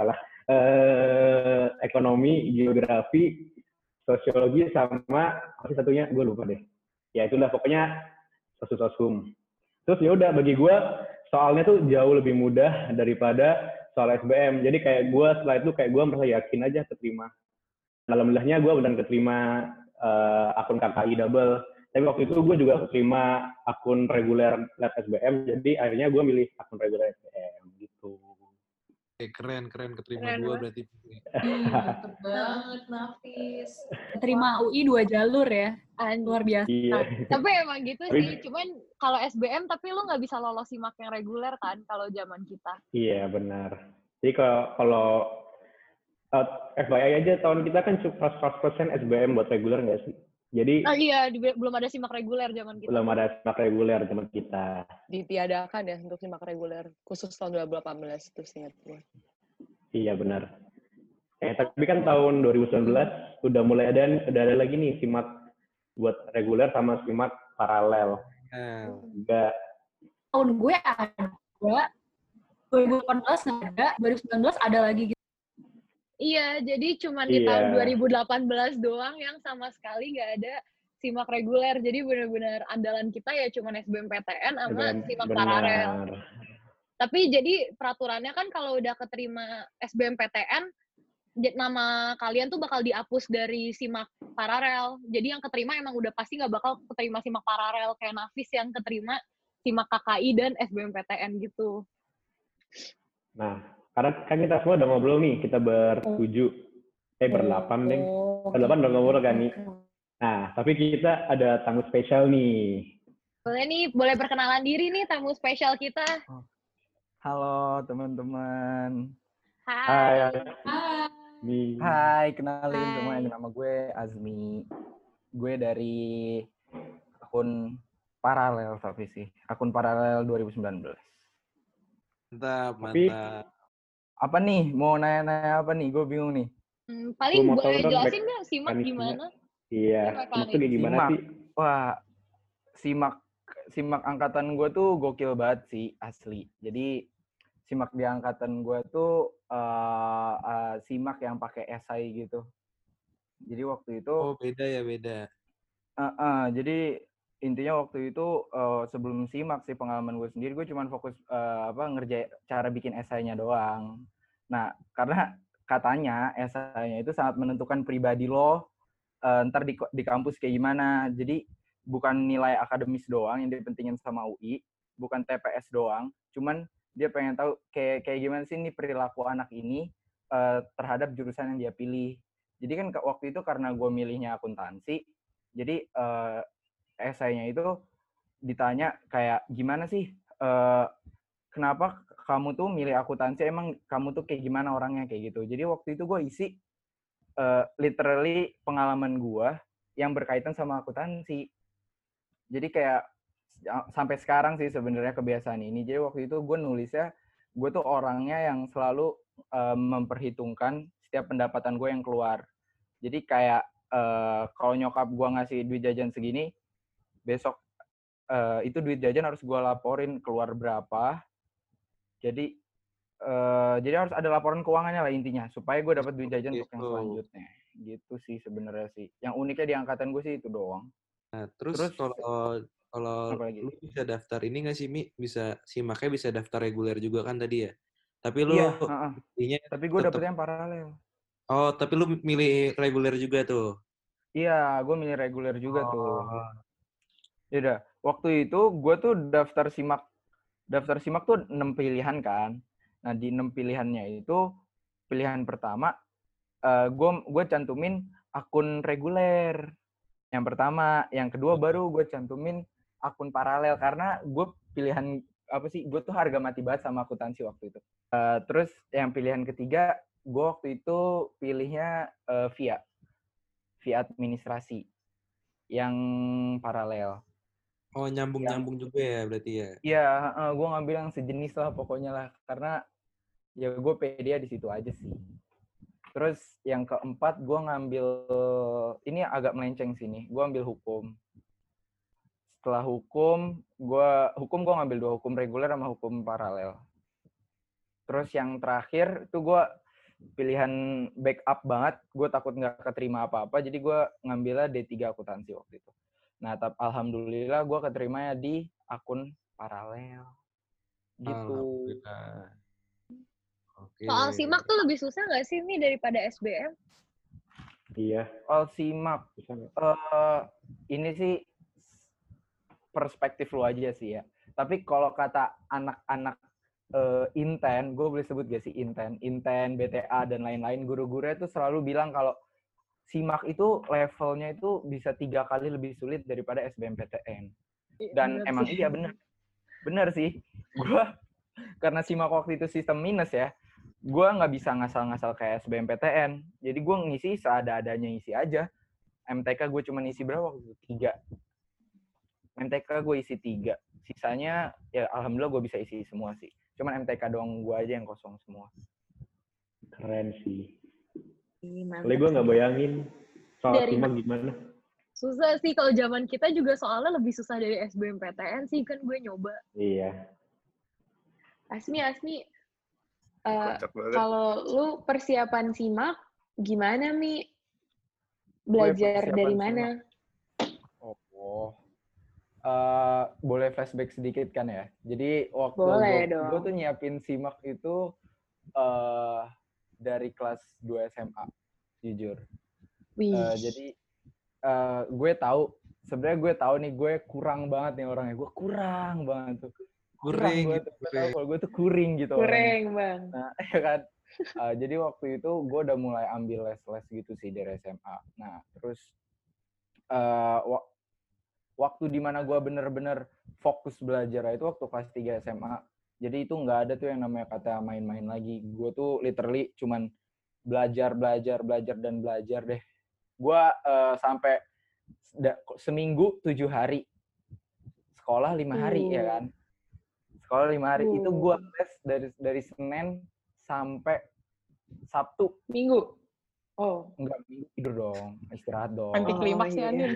ekonomi, geografi, sosiologi, sama apa satunya gue lupa deh. Ya itulah pokoknya sosus-sosum. Terus ya udah bagi gue soalnya tuh jauh lebih mudah daripada soal SBM. Jadi kayak gue setelah itu kayak gue merasa yakin aja keterima. Alhamdulillahnya gue benar keterima akun KKI double. Tapi waktu itu gue juga keterima akun reguler lab SBM. Jadi akhirnya gue milih akun reguler SBM gitu. Keren keterima dua berarti. Mantep banget, Nafis. Terima UI 2 jalur ya. Luar biasa. Iya. Tapi emang gitu sih. Cuman kalau SBM tapi lu nggak bisa lolos SIMAK yang reguler kan kalau zaman kita. Iya benar. Jadi kalau FYI aja tahun kita kan 100% SBM buat reguler nggak sih? Jadi Oh iya, belum ada SIMAK reguler zaman kita. belum ada SIMAK reguler zaman kita. Ditiadakan ya untuk SIMAK reguler khusus tahun 2018 itu seingat gue. Iya benar. Tapi kan tahun 2019 udah mulai ada lagi nih SIMAK buat reguler sama SIMAK paralel. Enggak. Tahun gue ada, 2018 nggak ada, 2019 ada lagi gitu. Iya, jadi cuma di tahun 2018 doang yang sama sekali nggak ada SIMAK reguler. Jadi benar-benar andalan kita ya cuma SBMPTN sama SIMAK paralel. Tapi jadi peraturannya kan kalau udah keterima SBMPTN, nama kalian tuh bakal dihapus dari SIMAK paralel. Jadi yang keterima emang udah pasti nggak bakal keterima SIMAK paralel kayak Nafis yang keterima SIMAK KKI dan SBMPTN gitu. Nah, karena kan kita semua udah ngobrol nih, kita bertujuh, berdelapan deh. Berdelapan udah ngobrol kan nih. Nah, tapi kita ada tamu spesial nih. Boleh perkenalan diri nih tamu spesial kita. Halo teman-teman. Hai. Hai, kenalin semuanya, nama gue Azmi. Gue dari akun paralel tapi sih, akun paralel 2019. Mantap. Apa nih? Mau nanya-nanya apa nih? Gue bingung nih. Paling boleh jelasin nggak SIMAK gimana? Iya, SIMAK tuh gimana sih? Wah, SIMAK angkatan gue tuh gokil banget sih, asli. Jadi SIMAK di angkatan gue tuh SIMAK yang pakai esai gitu. Jadi waktu itu... Oh, beda. Jadi intinya waktu itu sebelum SIMAK sih pengalaman gue sendiri, gue cuma fokus ngerjain cara bikin esainya doang. Nah, karena katanya esainya itu sangat menentukan pribadi lo ntar di kampus kayak gimana. Jadi bukan nilai akademis doang yang dipentingin sama UI, bukan TPS doang, cuman dia pengen tahu kayak gimana sih nih perilaku anak ini terhadap jurusan yang dia pilih. Jadi kan waktu itu karena gue milihnya akuntansi, jadi esainya itu ditanya kayak gimana sih, kenapa kamu tuh milih akuntansi, emang kamu tuh kayak gimana orangnya kayak gitu. Jadi waktu itu gue isi literally pengalaman gue yang berkaitan sama akuntansi. Jadi kayak sampai sekarang sih sebenarnya kebiasaan ini. Jadi waktu itu gue nulisnya, gue tuh orangnya yang selalu memperhitungkan setiap pendapatan gue yang keluar. Jadi kayak kalau nyokap gue ngasih duit jajan segini, besok itu duit jajan harus gue laporin keluar berapa. Jadi harus ada laporan keuangannya lah intinya, supaya gue dapat duit jajan untuk yang selanjutnya. Gitu sih sebenarnya sih. Yang uniknya di angkatan gue sih itu doang. Nah, terus kalau lu bisa daftar ini nggak sih, Mi? Bisa SIMAK-nya bisa daftar reguler juga kan tadi ya? Tapi lu tapi gue dapetnya yang paralel. Oh, tapi lu milih reguler juga tuh? Iya, gue milih reguler juga tuh. Yaudah, waktu itu gue tuh daftar SIMAK tuh 6 pilihan kan. Nah, di 6 pilihannya itu, pilihan pertama, gue cantumin akun reguler. Yang pertama. Yang kedua baru gue cantumin akun paralel. Karena gue pilihan, gue tuh harga mati banget sama akuntansi waktu itu. Terus yang pilihan ketiga, gue waktu itu pilihnya via administrasi. Yang paralel. Oh, nyambung juga ya berarti ya? Iya, gue ngambil yang sejenis lah pokoknya lah. Karena ya gue pede di situ aja sih. Terus yang keempat gue ngambil, ini agak melenceng sini, gue ambil hukum. Setelah hukum gue ngambil 2, hukum reguler sama hukum paralel. Terus yang terakhir itu gue pilihan backup banget. Gue takut nggak keterima apa-apa, jadi gue ngambilnya D3 akuntansi waktu itu. Nah, alhamdulillah gue keterimanya di akun paralel. Gitu. Alhamdulillah. Oke. Soal SIMAK tuh lebih susah nggak sih nih daripada SBM? Iya. Soal SIMAK, ini sih perspektif lu aja sih ya. Tapi kalau kata anak-anak Inten, gue boleh sebut gak sih Inten, BTA, dan lain-lain, guru-gurunya tuh selalu bilang kalau SIMAK itu levelnya itu bisa 3 kali lebih sulit daripada SBMPTN. Dan emang sih. Iya bener sih. Gue karena SIMAK waktu itu sistem minus ya, gue nggak bisa ngasal-ngasal kayak SBMPTN. Jadi gue ngisi seada-adanya isi aja. MTK gue cuma isi berapa waktu itu? 3. MTK gue isi 3. Sisanya ya alhamdulillah gue bisa isi semua sih. Cuman MTK doang gue aja yang kosong semua. Keren sih. Mantap. Oleh gue nggak bayangin soal Dari SIMAK gimana. susah sih kalau zaman kita juga soalnya lebih susah dari SBMPTN sih kan gue nyoba. Iya. Asmi, Kocak banget. kalau lu persiapan SIMAK gimana, Mi? Belajar dari mana? Boleh flashback sedikit kan ya. Jadi waktu gue tuh nyiapin SIMAK itu dari kelas 2 SMA, jujur. Jadi gue tahu, sebenarnya gue tahu nih gue kurang banget nih orangnya. Gue kurang banget tuh. Kuring gue gitu. tahu kalau gue tuh kuring gitu. Kuring, Bang. Nah, ya kan. Jadi waktu itu gue udah mulai ambil les-les gitu sih dari SMA. Nah, terus waktu dimana gue bener-bener fokus belajar itu waktu kelas 3 SMA. Jadi itu nggak ada tuh yang namanya kata main-main lagi. Gue tuh literally cuman belajar deh. Gue sampai seminggu 7 hari. Sekolah 5 hari ya kan. Sekolah 5 hari. Itu gue les dari Senin sampai Sabtu. Minggu? Oh. Enggak, tidur dong. Istirahat dong. Anti klimaks ya, Nin.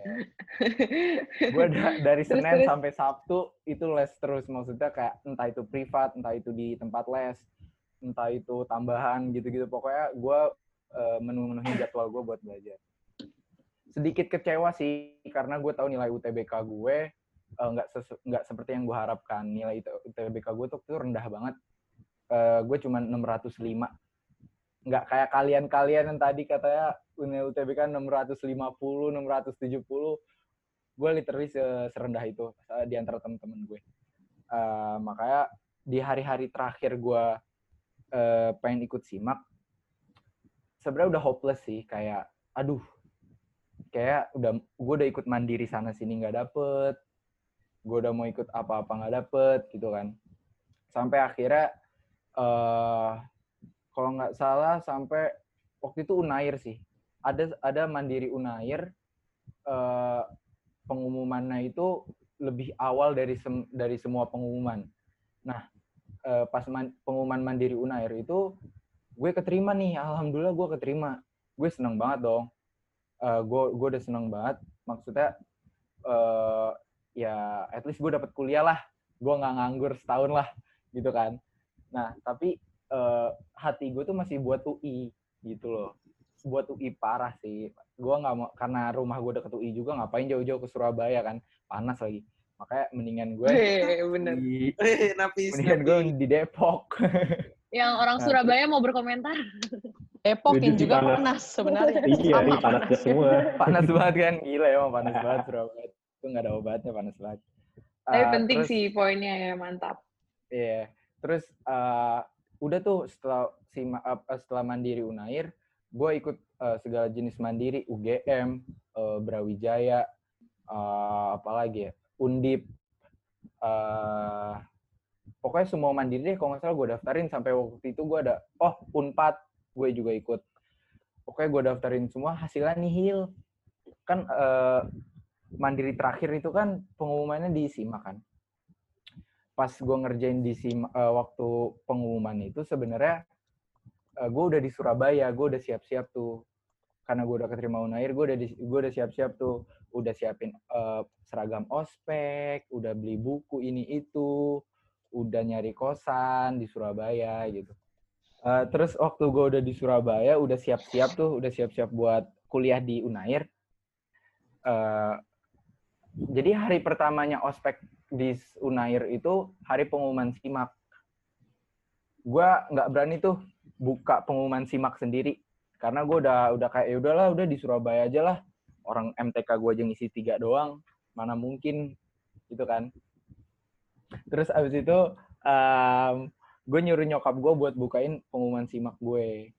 Gue dari Senin sampai Sabtu itu les terus. Maksudnya kayak entah itu privat, entah itu di tempat les, entah itu tambahan gitu-gitu. Pokoknya gue memenuhi jadwal gue buat belajar. Sedikit kecewa sih, karena gue tahu nilai UTBK gue nggak seperti yang gue harapkan. Nilai UTBK gue tuh rendah banget. Gue cuma 605. Nggak kayak kalian yang tadi katanya UTBK 650, 670. Gue literally serendah itu di antara teman-teman gue. Makanya di hari-hari terakhir gue pengen ikut SIMAK, sebenarnya udah hopeless sih. Kayak, aduh, kayak gue udah ikut mandiri sana sini nggak dapet. Gue udah mau ikut apa-apa nggak dapet gitu kan. Sampai akhirnya kalau nggak salah sampai waktu itu Unair sih. Ada mandiri Unair, pengumumannya itu lebih awal dari semua pengumuman. Nah, pas pengumuman mandiri Unair itu gue keterima nih. Alhamdulillah gue keterima. Gue seneng banget dong. Gue udah seneng banget. Maksudnya ya at least gue dapet kuliah lah. Gue nggak nganggur setahun lah gitu kan. Nah, tapi hati gue tuh masih buat UI gitu loh. Buat UI parah sih. Gue nggak mau, karena rumah gue deket UI juga, ngapain jauh-jauh ke Surabaya kan, panas lagi. Makanya mendingan gue gue di Depok. Yang orang Surabaya mau berkomentar. Depok yang juga panas sebenarnya. Iya, ini panas semua. Panas banget kan, gila emang panas banget Surabaya. Itu nggak ada obatnya, panas banget. Tapi penting sih poinnya ya, mantap. Iya, terus udah tuh setelah mandiri Unair, gue ikut segala jenis mandiri, UGM, Brawijaya, apalagi ya, Undip, pokoknya semua mandiri deh. Kalau nggak salah gue daftarin sampai waktu itu gue ada, Unpad gue juga ikut. Pokoknya gue daftarin semua, hasilnya nihil. Kan mandiri terakhir itu kan pengumumannya di SIMAK kan. Pas gue ngerjain di waktu pengumuman itu sebenarnya gue udah di Surabaya, gue udah siap-siap tuh. Karena gue udah keterima Unair, gue udah siap-siap tuh. Udah siapin seragam ospek, udah beli buku ini itu, udah nyari kosan di Surabaya gitu. Terus waktu gue udah di Surabaya, udah siap-siap buat kuliah di Unair. Jadi hari pertamanya ospek di Unair itu hari pengumuman SIMAK. Gue nggak berani tuh buka pengumuman SIMAK sendiri, karena gue udah kayak udahlah, udah di Surabaya aja lah. Orang MTK gue aja ngisi 3 doang, mana mungkin gitu kan. Terus abis itu gue nyuruh nyokap gue buat bukain pengumuman SIMAK gue.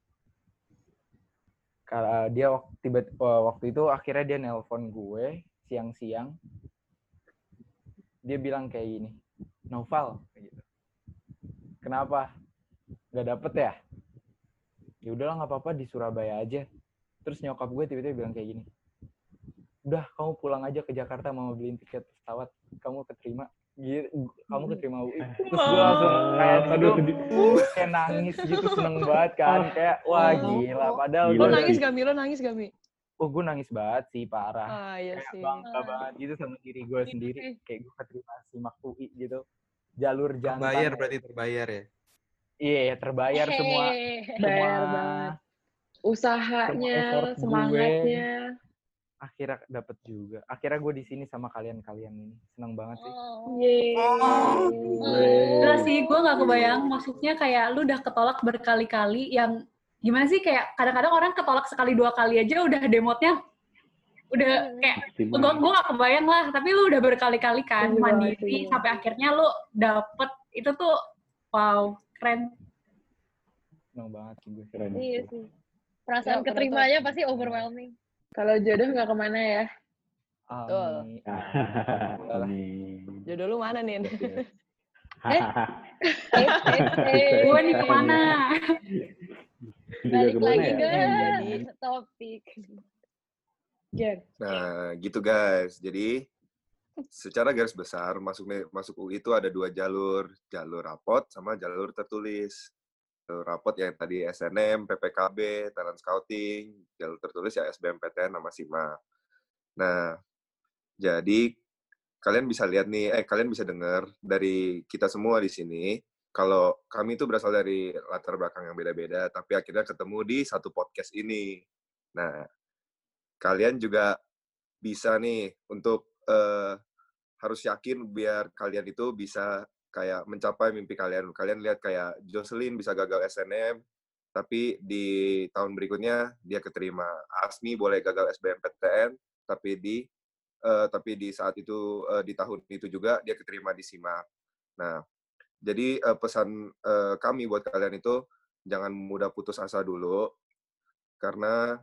Dia waktu itu akhirnya dia nelpon gue siang-siang. Dia bilang kayak gini, Naufal, gitu. Kenapa? Gak dapet ya? Ya udahlah nggak apa-apa, di Surabaya aja. Terus nyokap gue tiba-tiba bilang kayak gini, udah kamu pulang aja ke Jakarta, mau beliin tiket pesawat, kamu keterima. Kamu keterima UI. Terus gue langsung kayak nangis gitu, seneng banget kan, kayak wah gila. Padahal lo nangis gak Mi? Oh, gue nangis banget sih, parah. Iya kayak sih. Bangga banget gitu sama diri gue sendiri, kayak gue keterima SIMAK UI gitu. Jalur jantan. Terbayar ya? Iya, terbayar semua. Bayar banget. Usahanya, semangatnya. Akhirnya dapet juga. Akhirnya gue di sini sama kalian ini. Seneng banget sih. Gila sih, gue gak kebayang. Maksudnya kayak lu udah ketolak berkali-kali, yang gimana sih, kayak kadang-kadang orang ketolak sekali 2 kali aja udah demotnya udah kayak gue gak kebayang lah, tapi lu udah berkali-kali kan mandiri sampai akhirnya lu dapet itu tuh wow, keren. Seneng banget sih gue. Keren. Iya sih. Perasaan keterimanya pasti overwhelming. Kalau jodoh nggak kemana ya? Amin. Jodoh lu mana nih? Gue nih kemana? Balik lagi ke topik. Nah, gitu guys. Jadi secara garis besar masuk UI itu ada 2 jalur rapot sama jalur tertulis. Jalur rapot yang tadi SNM, PPKB, talent scouting, jalur tertulis ya SBMPTN sama SIMAK. Nah, jadi kalian bisa lihat nih, kalian bisa dengar dari kita semua di sini, kalau kami itu berasal dari latar belakang yang beda-beda, tapi akhirnya ketemu di satu podcast ini. Nah, kalian juga bisa nih untuk harus yakin biar kalian itu bisa kayak mencapai mimpi kalian. Kalian lihat kayak Jocelyn bisa gagal SNM, tapi di tahun berikutnya dia keterima. Asmi boleh gagal SBMPTN, tapi di saat itu di tahun itu juga dia keterima di SIMAK. Nah, jadi pesan kami buat kalian itu jangan mudah putus asa dulu, karena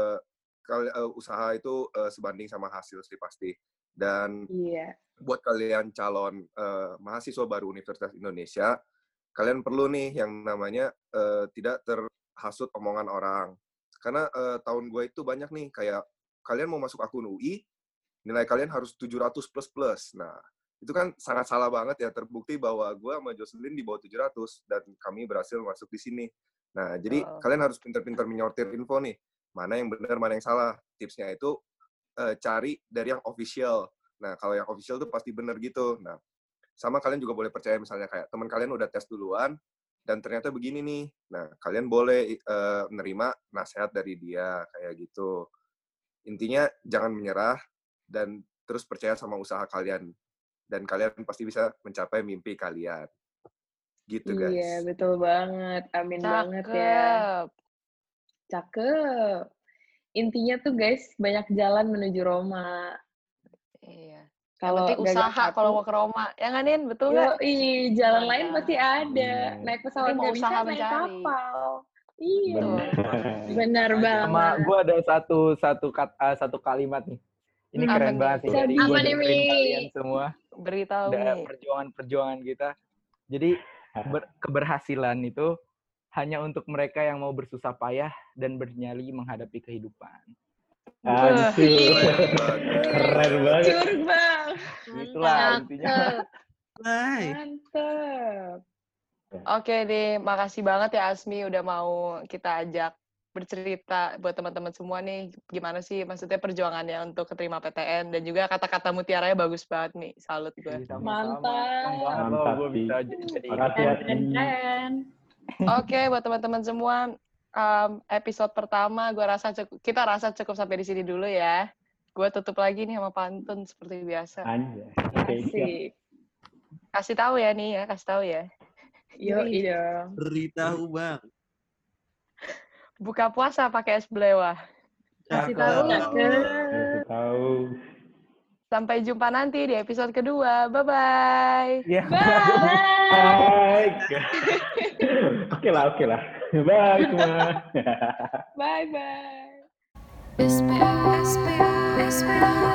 usaha itu sebanding sama hasil sih pasti. Dan buat kalian calon mahasiswa baru Universitas Indonesia, kalian perlu nih yang namanya tidak terhasut omongan orang. Karena tahun gue itu banyak nih, kayak kalian mau masuk akun UI, nilai kalian harus 700++. Nah, itu kan sangat salah banget ya. Terbukti bahwa gue sama Jocelyn di bawah 700, dan kami berhasil masuk di sini. Nah, jadi kalian harus pintar-pintar menyortir info nih. Mana yang benar, mana yang salah. Tipsnya itu cari dari yang official. Nah, kalau yang official tuh pasti benar gitu. Nah, sama kalian juga boleh percaya misalnya kayak teman kalian udah tes duluan, dan ternyata begini nih. Nah, kalian boleh menerima nasihat dari dia, kayak gitu. Intinya jangan menyerah, dan terus percaya sama usaha kalian. Dan kalian pasti bisa mencapai mimpi kalian. Gitu, guys. Iya, betul banget. Amin banget ya. Cakep. Intinya tuh guys, banyak jalan menuju Roma. Iya. Kalau usaha kalau mau ke Roma, ya nggak Nin? Betul nggak? Jalan lain pasti ada. Naik pesawat nggak bisa, naik kapal. Iya. Benar banget. Sama gue ada satu kalimat nih. Ini keren banget sih. Jadi gue dengerin kalian semua. Beritahu nih. Perjuangan kita. Jadi keberhasilan itu hanya untuk mereka yang mau bersusah payah dan bernyali menghadapi kehidupan. Keren banget. Curug bang. Itulah intinya. Mantap. Oke deh, makasih banget ya Asmi udah mau kita ajak bercerita buat teman-teman semua nih. Gimana sih maksudnya perjuangannya untuk keterima PTN, dan juga kata-kata mutiaranya bagus banget nih. Salut gue. Mantap. Gue bisa jadi makasih ya. Oke, buat teman-teman semua, episode pertama kita rasa cukup sampai di sini dulu ya. Gue tutup lagi nih sama pantun seperti biasa. Anjay. Oke, siap. Asik. Kasih tahu ya nih ya, kasih tahu ya. Yoi dong. Beritahu Bang. Buka puasa pakai es belewah. Kasih tahu. Kasih tahu. Sampai jumpa nanti di episode kedua. Bye-bye. Iya. Bye. Oke lah. Bye semua. Bye-bye. SPA, SPA, SPA.